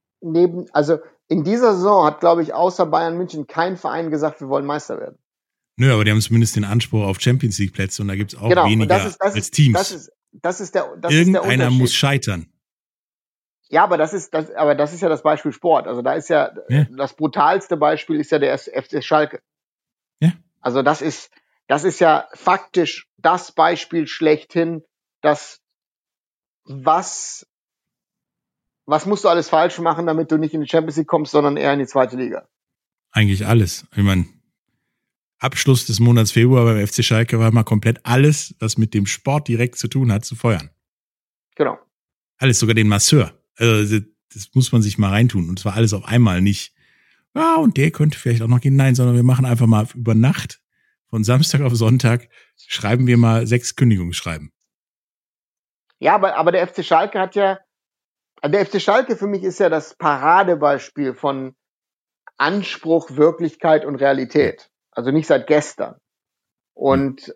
also in dieser Saison hat, glaube ich, außer Bayern München kein Verein gesagt, wir wollen Meister werden. Nö, aber die haben zumindest den Anspruch auf Champions League Plätze und da gibt es auch weniger als Teams. Das ist der Irgendeiner muss scheitern. Ja, aber das ist ja das Beispiel Sport. Also da ist ja das brutalste Beispiel ist ja der FC Schalke. Ja. Also das ist ja faktisch das Beispiel schlechthin, dass was musst du alles falsch machen, damit du nicht in die Champions League kommst, sondern eher in die zweite Liga? Eigentlich alles. Ich meine, Abschluss des Monats Februar beim FC Schalke war mal komplett alles, was mit dem Sport direkt zu tun hat, zu feuern. Genau. Alles, sogar den Masseur. Also das muss man sich mal reintun. Und zwar alles auf einmal, nicht, ja, und der könnte vielleicht auch noch gehen. Nein, sondern wir machen einfach mal über Nacht, von Samstag auf Sonntag, schreiben wir mal 6 Kündigungsschreiben. Ja, aber der FC Schalke der FC Schalke für mich ist ja das Paradebeispiel von Anspruch, Wirklichkeit und Realität. Also nicht seit gestern. Und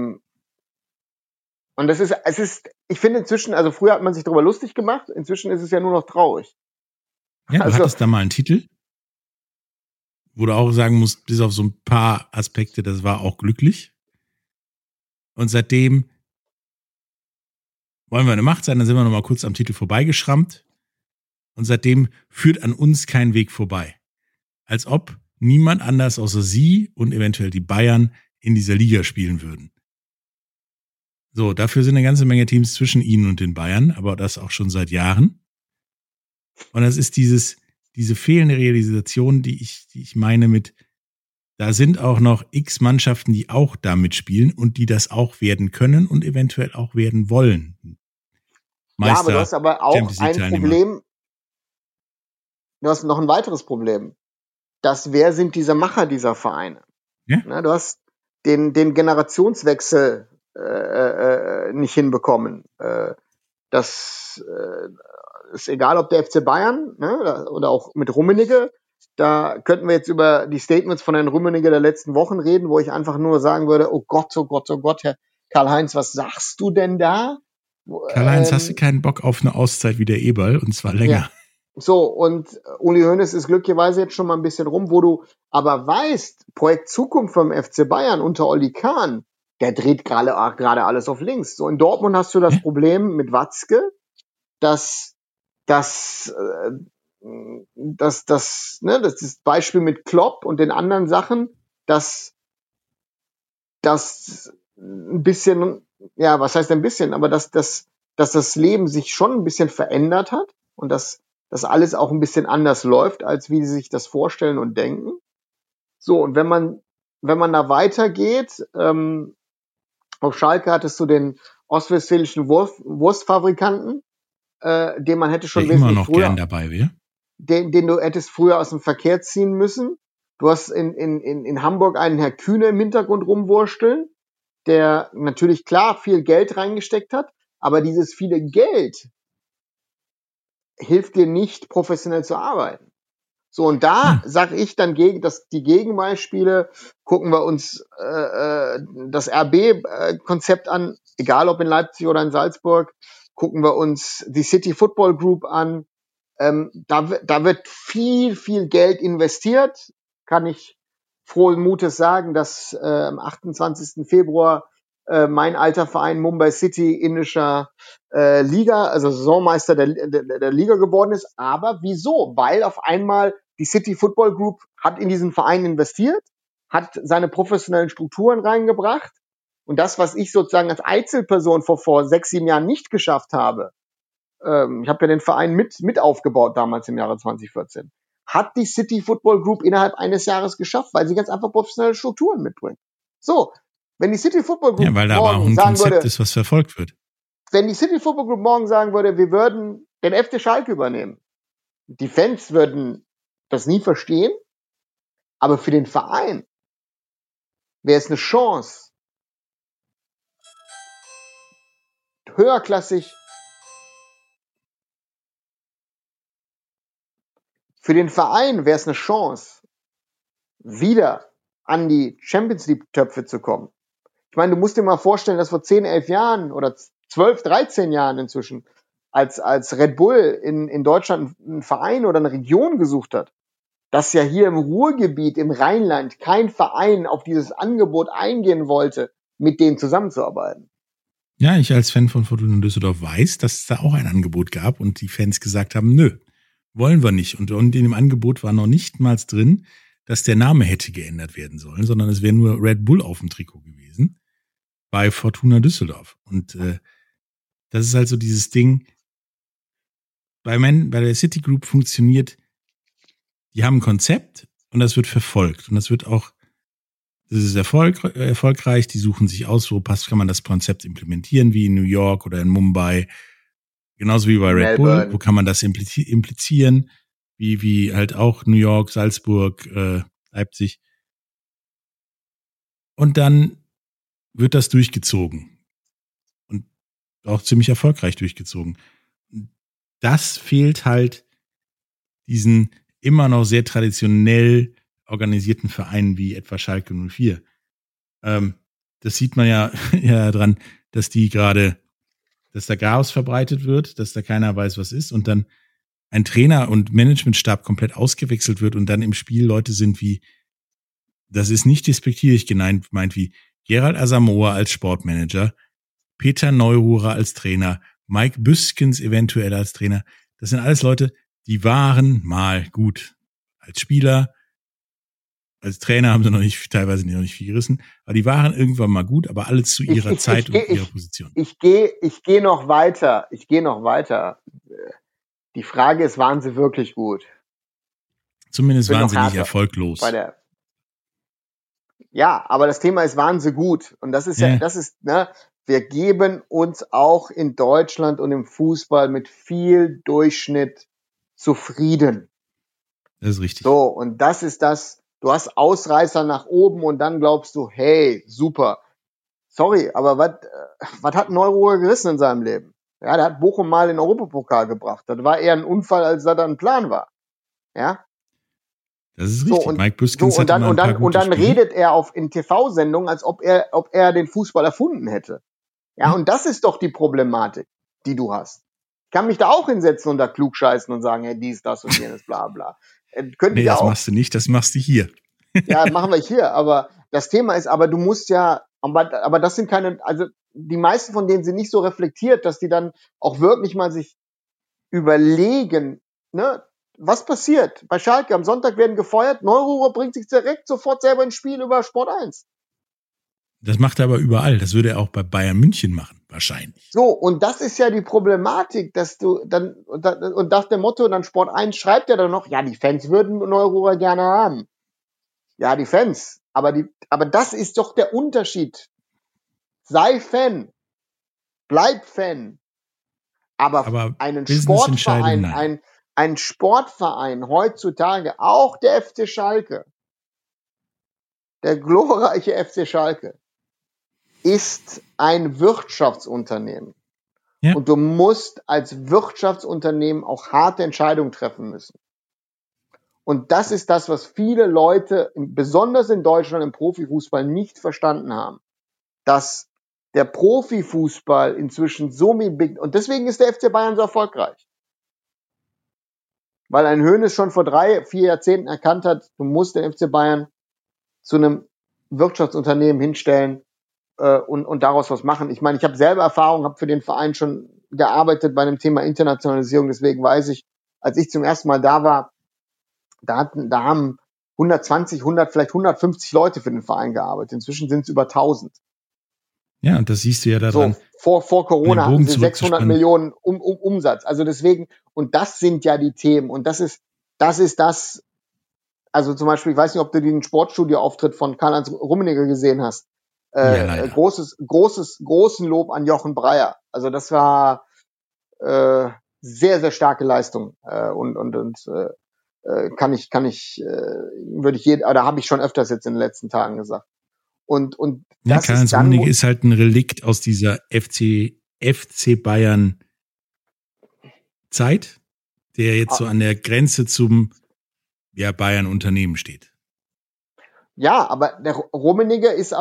es ist, ich finde inzwischen, also früher hat man sich darüber lustig gemacht, inzwischen ist es ja nur noch traurig. Ja, du hattest da mal einen Titel, wo du auch sagen musst, bis auf so ein paar Aspekte, das war auch glücklich. Und seitdem wollen wir eine Macht sein, dann sind wir noch mal kurz am Titel vorbeigeschrammt. Und seitdem führt an uns kein Weg vorbei. Als ob niemand anders außer sie und eventuell die Bayern in dieser Liga spielen würden. So, dafür sind eine ganze Menge Teams zwischen ihnen und den Bayern, aber das auch schon seit Jahren. Und das ist diese fehlende Realisation, die ich meine mit, da sind auch noch x Mannschaften, die auch da mitspielen und die das auch werden können und eventuell auch werden wollen. Ja, aber du hast aber auch ein Problem. Du hast noch ein weiteres Problem. Wer sind diese Macher dieser Vereine? Ja? Na, du hast den Generationswechsel nicht hinbekommen. Das ist egal, ob der FC Bayern, ne, oder auch mit Rummenigge. Da könnten wir jetzt über die Statements von Herrn Rummenigge der letzten Wochen reden, wo ich einfach nur sagen würde, oh Gott, Herr Karl-Heinz, was sagst du denn da? Karl-Heinz, hast du keinen Bock auf eine Auszeit wie der Eberl, und zwar länger? Ja. So, und Uli Hoeneß ist glücklicherweise jetzt schon mal ein bisschen rum, wo du aber weißt, Projekt Zukunft vom FC Bayern unter Oli Kahn, der dreht gerade alles auf links. So, in Dortmund hast du das Problem mit Watzke, dass das Beispiel mit Klopp und den anderen Sachen, dass das ein bisschen, ja, was heißt ein bisschen, aber dass das Leben sich schon ein bisschen verändert hat und dass das alles auch ein bisschen anders läuft, als wie sie sich das vorstellen und denken. So, und wenn man da weitergeht, auf Schalke hattest du den ostwestfälischen Wurstfabrikanten, den man hätte schon wesentlich immer noch früher gern dabei wäre. Den du hättest früher aus dem Verkehr ziehen müssen. Du hast in Hamburg einen Herr Kühne im Hintergrund rumwursteln, der natürlich klar viel Geld reingesteckt hat, aber dieses viele Geld hilft dir nicht, professionell zu arbeiten. So, und da sage ich dann dass die Gegenbeispiele, gucken wir uns das RB-Konzept an, egal ob in Leipzig oder in Salzburg, gucken wir uns die City Football Group an. Da wird viel, viel Geld investiert. Kann ich frohen Mutes sagen, dass am 28. Februar mein alter Verein Mumbai City indischer Liga, also Saisonmeister der Liga geworden ist. Aber wieso? Weil auf einmal die City Football Group hat in diesen Verein investiert, hat seine professionellen Strukturen reingebracht. Und das, was ich sozusagen als Einzelperson vor 6, 7 Jahren nicht geschafft habe, ich habe ja den Verein mit aufgebaut damals im Jahre 2014, hat die City Football Group innerhalb eines Jahres geschafft, weil sie ganz einfach professionelle Strukturen mitbringt. So, wenn die City Football Group weil da aber auch ein Konzept ist, was verfolgt wird. Wenn die City Football Group morgen sagen würde, wir würden den FC Schalke übernehmen, die Fans würden das nie verstehen, aber für den Verein wäre es eine Chance, höherklassig. Für den Verein wäre es eine Chance, wieder an die Champions League Töpfe zu kommen. Ich meine, du musst dir mal vorstellen, dass vor 10, 11 Jahren oder 12, 13 Jahren inzwischen, als Red Bull in Deutschland einen Verein oder eine Region gesucht hat, dass ja hier im Ruhrgebiet, im Rheinland, kein Verein auf dieses Angebot eingehen wollte, mit denen zusammenzuarbeiten. Ja, ich als Fan von Fortuna Düsseldorf weiß, dass es da auch ein Angebot gab und die Fans gesagt haben, nö, wollen wir nicht. Und in dem Angebot war noch nicht mal drin, dass der Name hätte geändert werden sollen, sondern es wäre nur Red Bull auf dem Trikot gewesen bei Fortuna Düsseldorf. Und das ist halt so dieses Ding, bei der Citigroup funktioniert, die haben ein Konzept und das wird verfolgt. Und das wird auch, das ist erfolgreich, die suchen sich aus, wo kann man das Konzept implementieren, wie in New York oder in Mumbai, genauso wie bei Red Bull, wo kann man das implizieren, wie halt auch New York, Salzburg, Leipzig. Und dann wird das durchgezogen und auch ziemlich erfolgreich durchgezogen. Das fehlt halt diesen immer noch sehr traditionell organisierten Vereinen wie etwa Schalke 04. Das sieht man ja dran, dass da Chaos verbreitet wird, dass da keiner weiß, was ist und dann ein Trainer und Managementstab komplett ausgewechselt wird und dann im Spiel Leute sind wie, das ist nicht despektierlich gemeint wie Gerald Asamoah als Sportmanager, Peter Neururer als Trainer, Mike Büskens eventuell als Trainer. Das sind alles Leute, die waren mal gut. Als Spieler, als Trainer haben sie teilweise noch nicht viel gerissen, aber die waren irgendwann mal gut, aber alles zu ihrer Zeit und ihrer Position. Ich gehe noch weiter. Die Frage ist, waren sie wirklich gut? Zumindest waren sie nicht erfolglos. Ja, aber das Thema ist, waren sie gut? Und das ist wir geben uns auch in Deutschland und im Fußball mit viel Durchschnitt zufrieden. Das ist richtig. So, und das ist das, du hast Ausreißer nach oben und dann glaubst du, hey, super. Sorry, aber was hat Neururer gerissen in seinem Leben? Ja, der hat Bochum mal in den Europapokal gebracht. Das war eher ein Unfall, als dass da ein Plan war. Ja. Das ist richtig. So, Mike Büskens und dann redet er in TV-Sendungen, als ob er den Fußball erfunden hätte. Ja, und das ist doch die Problematik, die du hast. Ich kann mich da auch hinsetzen und da klugscheißen und sagen, hey, dies, das und jenes, bla, bla. Nee, das machst du nicht, das machst du hier. Ja, machen wir hier, aber das Thema ist, du musst ja, aber das sind also die meisten von denen sind nicht so reflektiert, dass die dann auch wirklich mal sich überlegen, ne, was passiert? Bei Schalke am Sonntag werden gefeuert, Neururer bringt sich direkt sofort selber ins Spiel über Sport 1. Das macht er aber überall. Das würde er auch bei Bayern München machen, wahrscheinlich. So, und das ist ja die Problematik, dass du dann, und nach dem Motto, dann Sport 1 schreibt er dann noch, ja, die Fans würden Neururer gerne haben. Ja, die Fans. Aber das ist doch der Unterschied. Sei Fan. Bleib Fan. Aber einen Sportverein, ein Sportverein heutzutage, auch der FC Schalke, der glorreiche FC Schalke, ist ein Wirtschaftsunternehmen. Ja. Und du musst als Wirtschaftsunternehmen auch harte Entscheidungen treffen müssen. Und das ist das, was viele Leute, besonders in Deutschland im Profifußball, nicht verstanden haben. Dass der Profifußball inzwischen und deswegen ist der FC Bayern so erfolgreich. Weil ein Hoeneß schon vor 3-4 Jahrzehnten erkannt hat, du musst den FC Bayern zu einem Wirtschaftsunternehmen hinstellen und daraus was machen. Ich meine, ich habe selber Erfahrung, habe für den Verein schon gearbeitet bei dem Thema Internationalisierung, deswegen weiß ich, als ich zum ersten Mal da war, da haben 120, 100, vielleicht 150 Leute für den Verein gearbeitet. Inzwischen sind es über 1000. Ja, und das siehst du ja daran. So, vor Corona hatten sie 600 Millionen Umsatz. Also deswegen, und das sind ja die Themen. Und das ist das, also zum Beispiel, ich weiß nicht, ob du den Sportstudio-Auftritt von Karl-Heinz Rummenigge gesehen hast. Ja, großen Lob an Jochen Breyer. Also das war sehr, sehr starke Leistung. Würde habe ich schon öfters jetzt in den letzten Tagen gesagt. Und ja, Karl-Heinz Rummenigge ist halt ein Relikt aus dieser FC Bayern Zeit, der jetzt so an der Grenze zum Bayern-Unternehmen steht. Ja, aber der Rummenigge ist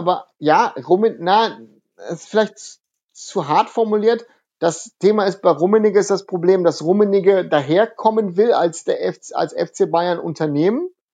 ist vielleicht zu hart formuliert. Das Thema ist, bei Rummenigge ist das Problem, dass Rummenigge daherkommen will als FC Bayern Unternehmen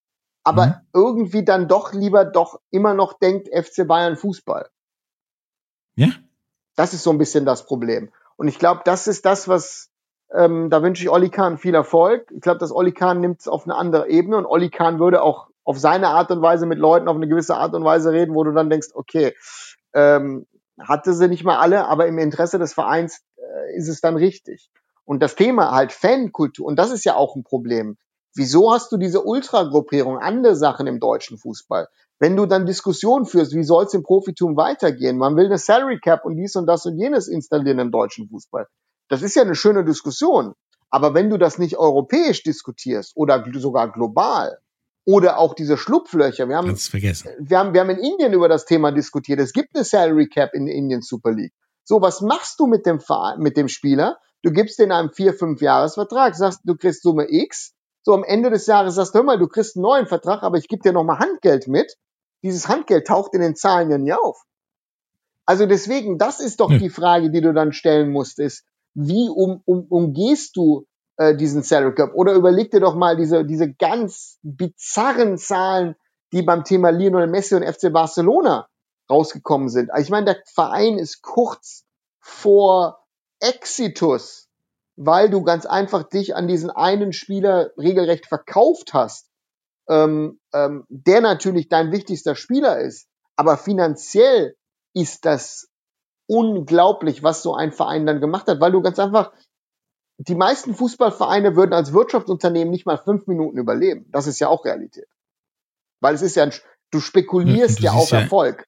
aber irgendwie dann doch lieber doch immer noch denkt FC Bayern Fußball. Ja. Das ist so ein bisschen das Problem. Und ich glaube, das ist das, was, da wünsche ich Oli Kahn viel Erfolg. Ich glaube, dass Oli Kahn nimmt es auf eine andere Ebene und Oli Kahn würde auch auf seine Art und Weise mit Leuten auf eine gewisse Art und Weise reden, wo du dann denkst, okay, hatte sie nicht mal alle, aber im Interesse des Vereins ist es dann richtig. Und das Thema halt Fankultur, und das ist ja auch ein Problem. Wieso hast du diese Ultragruppierung, andere Sachen im deutschen Fußball? Wenn du dann Diskussionen führst, wie soll es im Profitum weitergehen? Man will eine Salary Cap und dies und das und jenes installieren im deutschen Fußball. Das ist ja eine schöne Diskussion. Aber wenn du das nicht europäisch diskutierst oder sogar global oder auch diese Schlupflöcher, wir haben in Indien über das Thema diskutiert. Es gibt eine Salary Cap in der Indian Super League. So, was machst du mit dem Spieler? Du gibst den einem 4-5 Jahresvertrag, sagst, du kriegst Summe X. So, am Ende des Jahres sagst du, hör mal, du kriegst einen neuen Vertrag, aber ich gebe dir nochmal Handgeld mit. Dieses Handgeld taucht in den Zahlen ja nie auf. Also deswegen, das ist doch die Frage, die du dann stellen musst, ist, wie umgehst du diesen Salary Cap? Oder überleg dir doch mal diese ganz bizarren Zahlen, die beim Thema Lionel Messi und FC Barcelona rausgekommen sind. Also ich meine, der Verein ist kurz vor Exitus, weil du ganz einfach dich an diesen einen Spieler regelrecht verkauft hast, der natürlich dein wichtigster Spieler ist. Aber finanziell ist das unglaublich, was so ein Verein dann gemacht hat, weil du ganz einfach, die meisten Fußballvereine würden als Wirtschaftsunternehmen nicht mal 5 Minuten überleben. Das ist ja auch Realität. Weil es ist ja, du spekulierst ja auf Erfolg.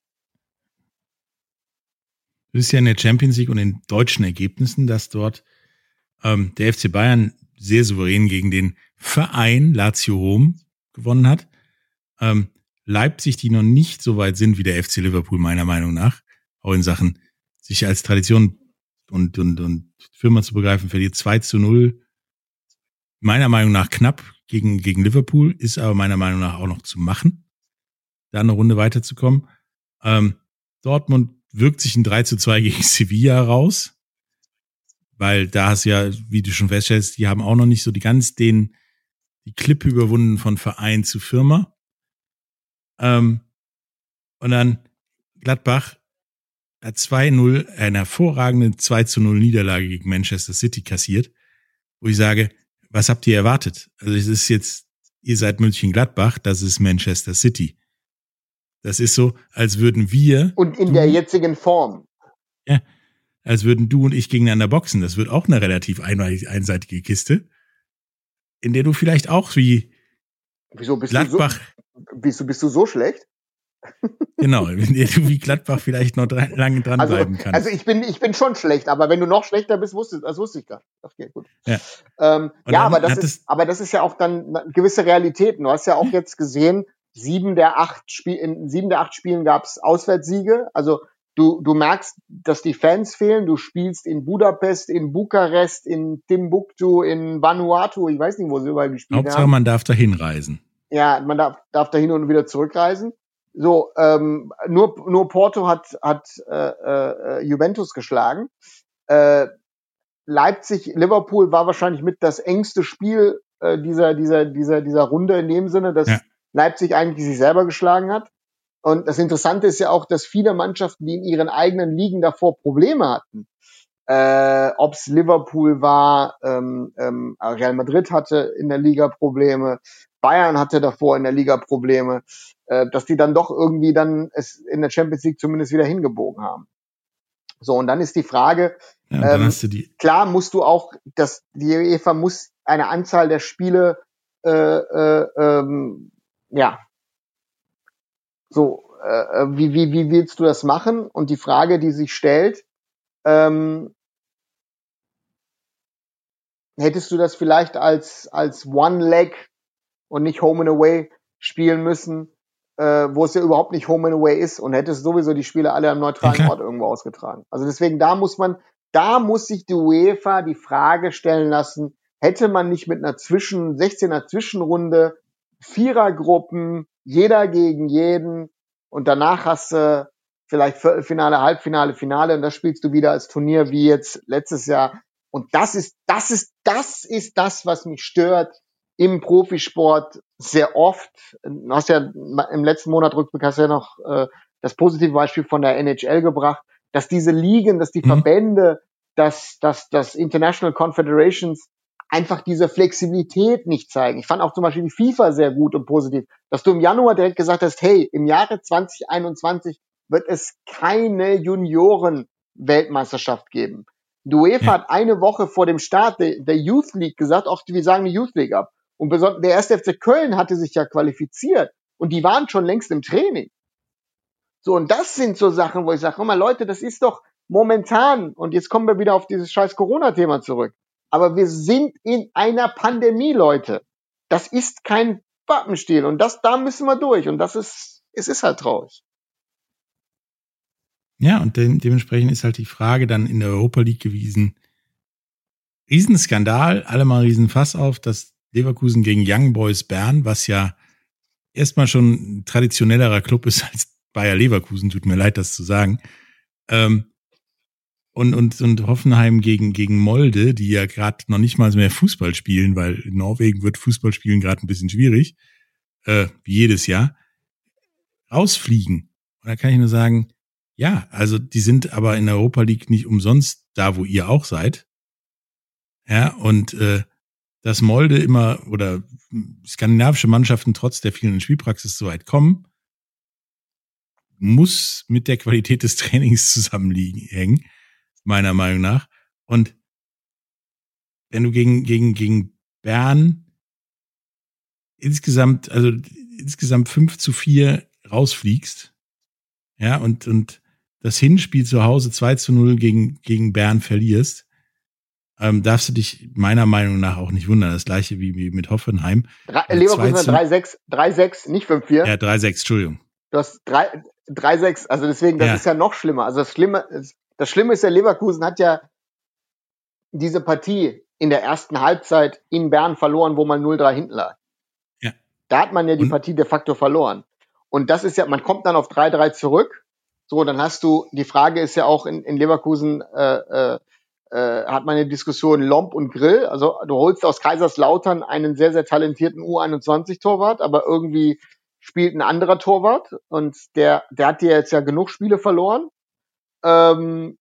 Du siehst ja in der Champions League und in deutschen Ergebnissen, dass dort der FC Bayern sehr souverän gegen den Verein Lazio Rom gewonnen hat. Leipzig, die noch nicht so weit sind wie der FC Liverpool, meiner Meinung nach, auch in Sachen sich als Tradition und Firma zu begreifen, verliert 2-0. Meiner Meinung nach knapp gegen Liverpool, ist aber meiner Meinung nach auch noch zu machen, da eine Runde weiterzukommen. Dortmund wirkt sich ein 3-2 gegen Sevilla raus, weil da hast du ja, wie du schon feststellst, die haben auch noch nicht so die Klippe überwunden von Verein zu Firma. Und dann Gladbach hat 2-0, eine hervorragende 2-0 Niederlage gegen Manchester City kassiert, wo ich sage, was habt ihr erwartet? Also es ist jetzt, ihr seid Mönchengladbach, das ist Manchester City. Das ist so, als würden wir... Und in der jetzigen Form. Ja, als würden du und ich gegeneinander boxen. Das wird auch eine relativ einseitige Kiste, in der du vielleicht auch wie Gladbach... Bist du so schlecht? Genau, in der du wie Gladbach vielleicht noch lange dranbleiben kannst. Also ich bin schon schlecht, aber wenn du noch schlechter bist, das wusste ich gar nicht. Okay, gut. Ja, aber das ist ja auch dann gewisse Realitäten. Du hast ja auch jetzt gesehen, in 7 der 8 Spielen gab es Auswärtssiege. Also du merkst, dass die Fans fehlen. Du spielst in Budapest, in Bukarest, in Timbuktu, in Vanuatu. Ich weiß nicht, wo sie überall gespielt haben. Hauptsache, man darf dahin reisen. Ja, man darf dahin und wieder zurückreisen. So, nur Porto hat Juventus geschlagen. Liverpool war wahrscheinlich mit das engste Spiel dieser Runde in dem Sinne, dass Leipzig eigentlich sich selber geschlagen hat. Und das Interessante ist ja auch, dass viele Mannschaften, die in ihren eigenen Ligen davor Probleme hatten, ob's Liverpool war, Real Madrid hatte in der Liga Probleme, Bayern hatte davor in der Liga Probleme, dass die dann doch irgendwie dann es in der Champions League zumindest wieder hingebogen haben. So, und dann ist die Frage, dann hast du klar musst du auch, die UEFA muss eine Anzahl der Spiele, wie willst du das machen? Und die Frage, die sich stellt, hättest du das vielleicht als One-Leg und nicht Home and Away spielen müssen, wo es ja überhaupt nicht Home and Away ist, und hättest sowieso die Spiele alle am neutralen Ort irgendwo ausgetragen. Also deswegen, da muss sich die UEFA die Frage stellen lassen, hätte man nicht mit einer 16er Zwischenrunde, Vierergruppen, jeder gegen jeden, und danach hast du vielleicht Viertelfinale, Halbfinale, Finale, und das spielst du wieder als Turnier wie jetzt letztes Jahr. Und das ist das, was mich stört im Profisport sehr oft. Du hast ja im letzten Monat Rückblick hast ja noch das positive Beispiel von der NHL gebracht, dass diese Ligen, dass die Verbände, dass International Confederations einfach diese Flexibilität nicht zeigen. Ich fand auch zum Beispiel die FIFA sehr gut und positiv, dass du im Januar direkt gesagt hast, hey, im Jahre 2021 wird es keine Junioren-Weltmeisterschaft geben. Die UEFA hat eine Woche vor dem Start der Youth League gesagt, auch wir sagen die Youth League ab. Und der erste FC Köln hatte sich ja qualifiziert und die waren schon längst im Training. So, und das sind so Sachen, wo ich sage, mal Leute, das ist doch momentan, und jetzt kommen wir wieder auf dieses scheiß Corona-Thema zurück, aber wir sind in einer Pandemie, Leute. Das ist kein Pappenstiel und da müssen wir durch und es ist halt traurig. Ja, und dementsprechend ist halt die Frage dann in der Europa League gewesen, Riesenskandal, alle mal Riesenfass auf, dass Leverkusen gegen Young Boys Bern, was ja erstmal schon ein traditionellerer Club ist als Bayer Leverkusen, tut mir leid, das zu sagen, und Hoffenheim gegen Molde, die ja gerade noch nicht mal mehr Fußball spielen, weil in Norwegen wird Fußballspielen gerade ein bisschen schwierig, wie jedes Jahr, rausfliegen. Und da kann ich nur sagen, ja, also die sind aber in der Europa League nicht umsonst da, wo ihr auch seid. Ja, und dass Molde immer oder skandinavische Mannschaften trotz der vielen Spielpraxis so weit kommen, muss mit der Qualität des Trainings zusammenhängen, meiner Meinung nach. Und wenn du gegen Bern insgesamt 5-4 rausfliegst, ja, und das Hinspiel zu Hause 2-0 gegen Bern verlierst, darfst du dich meiner Meinung nach auch nicht wundern. Das gleiche wie mit Hoffenheim. Leverkusen 3-6, nicht 5-4. Ja, 3-6, Entschuldigung. Du hast 3-6, also deswegen, das ist ja noch schlimmer. Also das Schlimme ist ja, Leverkusen hat ja diese Partie in der ersten Halbzeit in Bern verloren, wo man 0-3 hinten lag. Ja. Da hat man ja die Partie de facto verloren. Und das ist ja, man kommt dann auf 3-3 zurück. So, dann hast du, die Frage ist ja auch in Leverkusen, hat man eine Diskussion Lomb und Grill. Also du holst aus Kaiserslautern einen sehr, sehr talentierten U21-Torwart, aber irgendwie spielt ein anderer Torwart und der hat dir jetzt ja genug Spiele verloren. Dann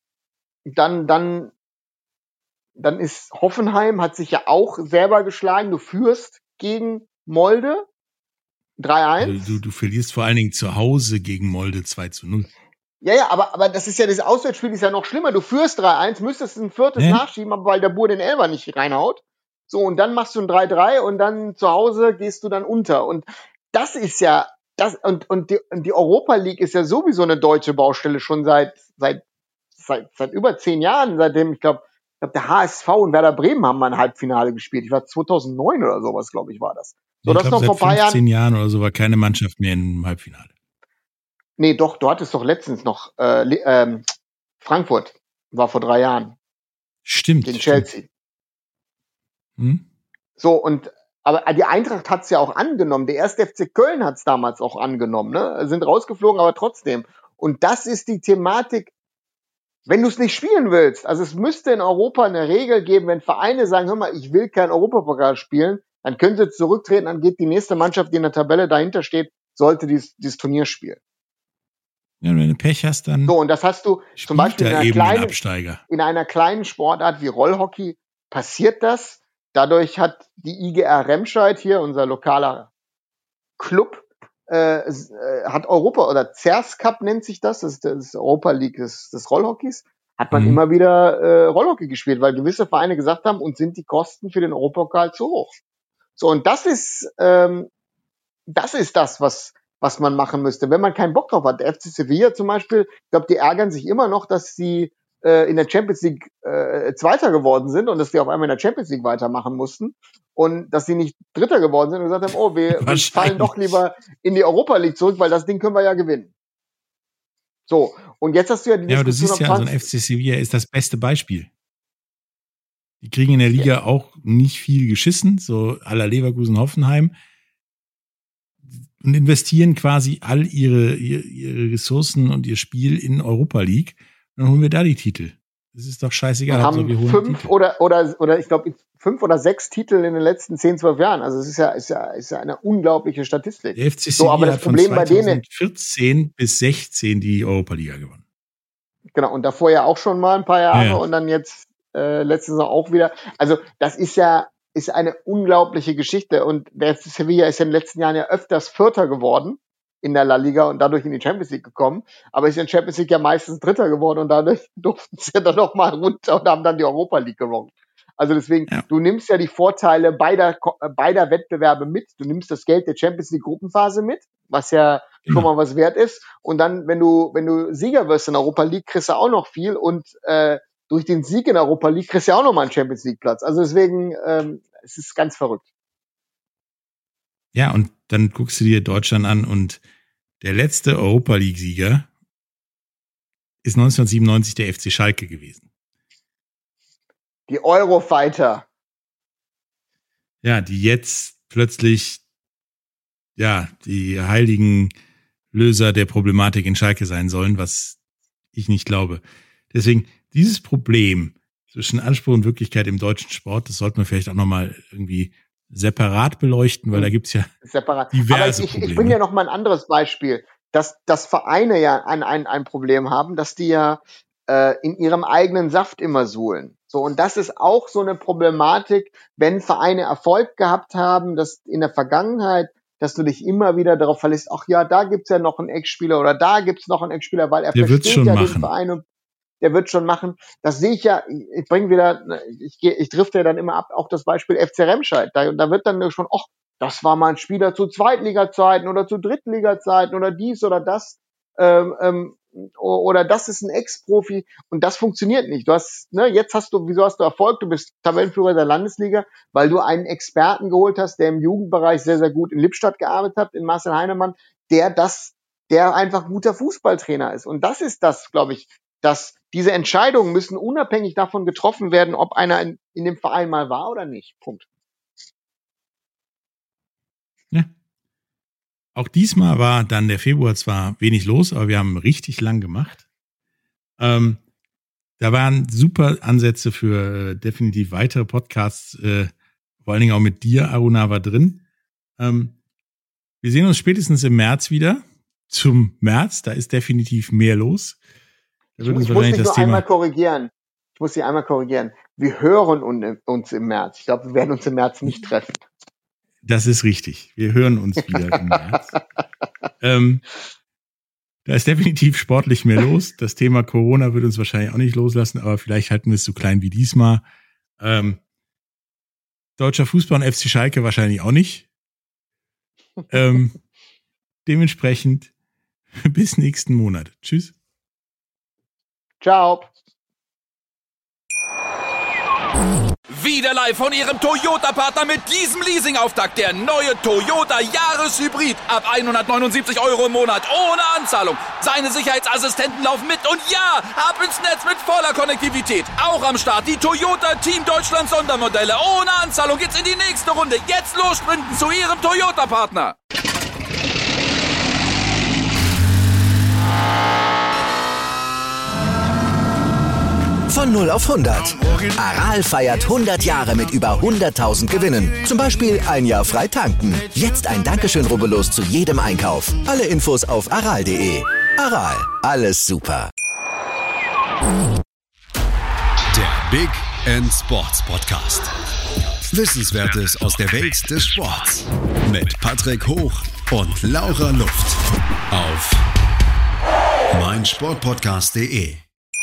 ist Hoffenheim, hat sich ja auch selber geschlagen. Du führst gegen Molde 3-1. Du verlierst vor allen Dingen zu Hause gegen Molde 2-0. Ja, aber das ist ja, das Auswärtsspiel ist ja noch schlimmer. Du führst 3-1, müsstest ein viertes nachschieben, aber weil der Bur den Elfer nicht reinhaut. So, und dann machst du ein 3-3 und dann zu Hause gehst du dann unter. Und das ist ja, und die Europa League ist ja sowieso eine deutsche Baustelle schon seit über 10 Jahren, seitdem, ich glaube, der HSV und Werder Bremen haben mal ein Halbfinale gespielt. Ich war 2009 oder sowas, glaube ich, war das. So, ich das glaube, noch vor ein paar 15 Jahren oder so war keine Mannschaft mehr im Halbfinale. Nee, doch, du hattest doch letztens noch Frankfurt war vor 3 Jahren. Stimmt. Gegen Chelsea. So, aber die Eintracht hat's ja auch angenommen. Der erste FC Köln hat's damals auch angenommen, ne? Sind rausgeflogen, aber trotzdem. Und das ist die Thematik, wenn du es nicht spielen willst. Also es müsste in Europa eine Regel geben, wenn Vereine sagen, hör mal, ich will keinen Europapokal spielen, dann können sie zurücktreten, dann geht die nächste Mannschaft, die in der Tabelle dahinter steht, sollte dieses Turnier spielen. Ja, wenn du Pech hast, dann so, und das hast du zum Beispiel in einer kleinen Sportart wie Rollhockey passiert das. Dadurch hat die IGR Remscheid hier, unser lokaler Club, hat Europa, oder CERS Cup nennt sich das ist das Europa League des Rollhockeys, hat man immer wieder Rollhockey gespielt, weil gewisse Vereine gesagt haben, uns sind die Kosten für den Europapokal zu hoch. So, und das ist das, was man machen müsste, wenn man keinen Bock drauf hat. Der FC Sevilla zum Beispiel, ich glaube, die ärgern sich immer noch, dass sie in der Champions League Zweiter geworden sind und dass die auf einmal in der Champions League weitermachen mussten und dass sie nicht Dritter geworden sind und gesagt haben, oh, wir fallen doch lieber in die Europa League zurück, weil das Ding können wir ja gewinnen. So, und jetzt hast du ja die Diskussion. Ja, aber du siehst ja, so ein FC Sevilla ist das beste Beispiel. Die kriegen in der Liga auch nicht viel geschissen, so à la Leverkusen, Hoffenheim, und investieren quasi all ihre Ressourcen und ihr Spiel in Europa League. Und dann holen wir da die Titel. Es ist doch scheißegal. Wir haben 5 oder ich glaube 5 oder 6 Titel in den letzten 10, 12 Jahren. Also es ist ja eine unglaubliche Statistik. Der FC Sevilla aber das Problem hat von 2014 bis 16 die Europa-Liga gewonnen. Genau, und davor ja auch schon mal ein paar Jahre und dann jetzt letzte Saison auch wieder. Also das ist eine unglaubliche Geschichte und der FC Sevilla ist in den letzten Jahren ja öfters Vierter geworden in der La Liga und dadurch in die Champions League gekommen, aber ist in der Champions League ja meistens Dritter geworden und dadurch durften sie dann noch mal runter und haben dann die Europa League gewonnen. Also deswegen, du nimmst ja die Vorteile beider Wettbewerbe mit, du nimmst das Geld der Champions League Gruppenphase mit, was ja schon mal was wert ist und dann, wenn du Sieger wirst in der Europa League, kriegst du auch noch viel und durch den Sieg in der Europa League kriegst du ja auch noch mal einen Champions League Platz. Also deswegen, es ist ganz verrückt. Ja, und dann guckst du dir Deutschland an und der letzte Europa League-Sieger ist 1997 der FC Schalke gewesen. Die Eurofighter. Ja, die jetzt plötzlich die heiligen Löser der Problematik in Schalke sein sollen, was ich nicht glaube. Deswegen, dieses Problem zwischen Anspruch und Wirklichkeit im deutschen Sport, das sollten wir vielleicht auch nochmal irgendwie separat beleuchten, weil da gibt's ja diverse Probleme. Ich bringe ja noch mal ein anderes Beispiel, dass Vereine ja ein Problem haben, dass die ja in ihrem eigenen Saft immer suhlen. So, und das ist auch so eine Problematik, wenn Vereine Erfolg gehabt haben, dass in der Vergangenheit, dass du dich immer wieder darauf verlässt, ach ja, da gibt's ja noch einen Ex-Spieler oder da gibt's noch einen Ex-Spieler, weil er versteht ja den Verein und der wird schon machen. Das sehe ich ja, ich drifte ja dann immer ab, auch das Beispiel FC Remscheid. Da wird dann schon, das war mal ein Spieler zu Zweitliga-Zeiten oder zu Drittliga-Zeiten oder dies oder das, oder das ist ein Ex-Profi und das funktioniert nicht. Wieso hast du Erfolg? Du bist Tabellenführer der Landesliga, weil du einen Experten geholt hast, der im Jugendbereich sehr, sehr gut in Lippstadt gearbeitet hat, in Marcel Heinemann, der einfach guter Fußballtrainer ist. Und das ist das, glaube ich, dass diese Entscheidungen müssen unabhängig davon getroffen werden, ob einer in dem Verein mal war oder nicht. Punkt. Ja. Auch diesmal war dann der Februar zwar wenig los, aber wir haben richtig lang gemacht. Da waren super Ansätze für definitiv weitere Podcasts, vor allen Dingen auch mit dir, Aruna, war drin. Wir sehen uns spätestens im März wieder. Zum März, da ist definitiv mehr los. Ich muss dich einmal korrigieren. Wir hören uns im März. Ich glaube, wir werden uns im März nicht treffen. Das ist richtig. Wir hören uns wieder im März. Da ist definitiv sportlich mehr los. Das Thema Corona wird uns wahrscheinlich auch nicht loslassen, aber vielleicht halten wir es so klein wie diesmal. Deutscher Fußball und FC Schalke wahrscheinlich auch nicht. Dementsprechend bis nächsten Monat. Tschüss. Ciao. Wieder live von Ihrem Toyota-Partner mit diesem Leasing-Auftakt. Der neue Toyota Jahreshybrid. Ab 179 € im Monat. Ohne Anzahlung. Seine Sicherheitsassistenten laufen mit. Und ja, ab ins Netz mit voller Konnektivität. Auch am Start die Toyota Team Deutschland Sondermodelle. Ohne Anzahlung geht's in die nächste Runde. Jetzt los sprinten zu Ihrem Toyota-Partner. Von 0 auf 100. Aral feiert 100 Jahre mit über 100.000 Gewinnen. Zum Beispiel ein Jahr frei tanken. Jetzt ein Dankeschön, rubbellos zu jedem Einkauf. Alle Infos auf aral.de. Aral, alles super. Der Big End Sports Podcast. Wissenswertes aus der Welt des Sports. Mit Patrick Hoch und Laura Luft. Auf meinsportpodcast.de.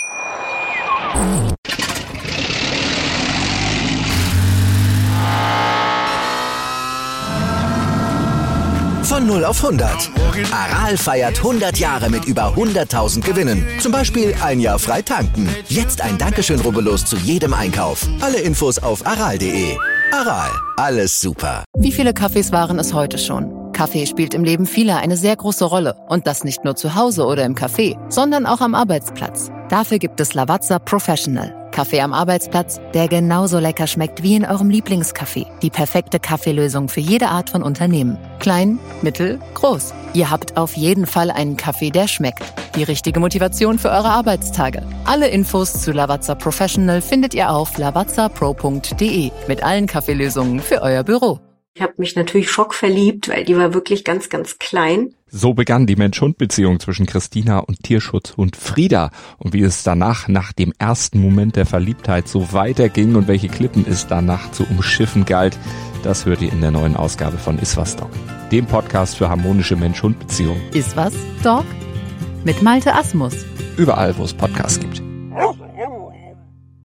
Von 0 auf 100. Aral feiert 100 Jahre mit über 100.000 Gewinnen. Zum Beispiel ein Jahr frei tanken. Jetzt ein Dankeschön, rubbellos zu jedem Einkauf. Alle Infos auf aral.de. Aral, alles super. Wie viele Kaffees waren es heute schon? Kaffee spielt im Leben vieler eine sehr große Rolle. Und das nicht nur zu Hause oder im Café, sondern auch am Arbeitsplatz. Dafür gibt es Lavazza Professional. Kaffee am Arbeitsplatz, der genauso lecker schmeckt wie in eurem Lieblingscafé. Die perfekte Kaffeelösung für jede Art von Unternehmen. Klein, mittel, groß. Ihr habt auf jeden Fall einen Kaffee, der schmeckt. Die richtige Motivation für eure Arbeitstage. Alle Infos zu Lavazza Professional findet ihr auf lavazzapro.de mit allen Kaffeelösungen für euer Büro. Ich habe mich natürlich schockverliebt, weil die war wirklich ganz, ganz klein. So begann die Mensch-Hund-Beziehung zwischen Christina und Tierschutzhund Frieda. Und wie es danach, nach dem ersten Moment der Verliebtheit, so weiterging und welche Klippen es danach zu umschiffen galt, das hört ihr in der neuen Ausgabe von Iswas Dog, dem Podcast für harmonische Mensch-Hund-Beziehungen. Iswas Dog? Mit Malte Asmus. Überall, wo es Podcasts gibt.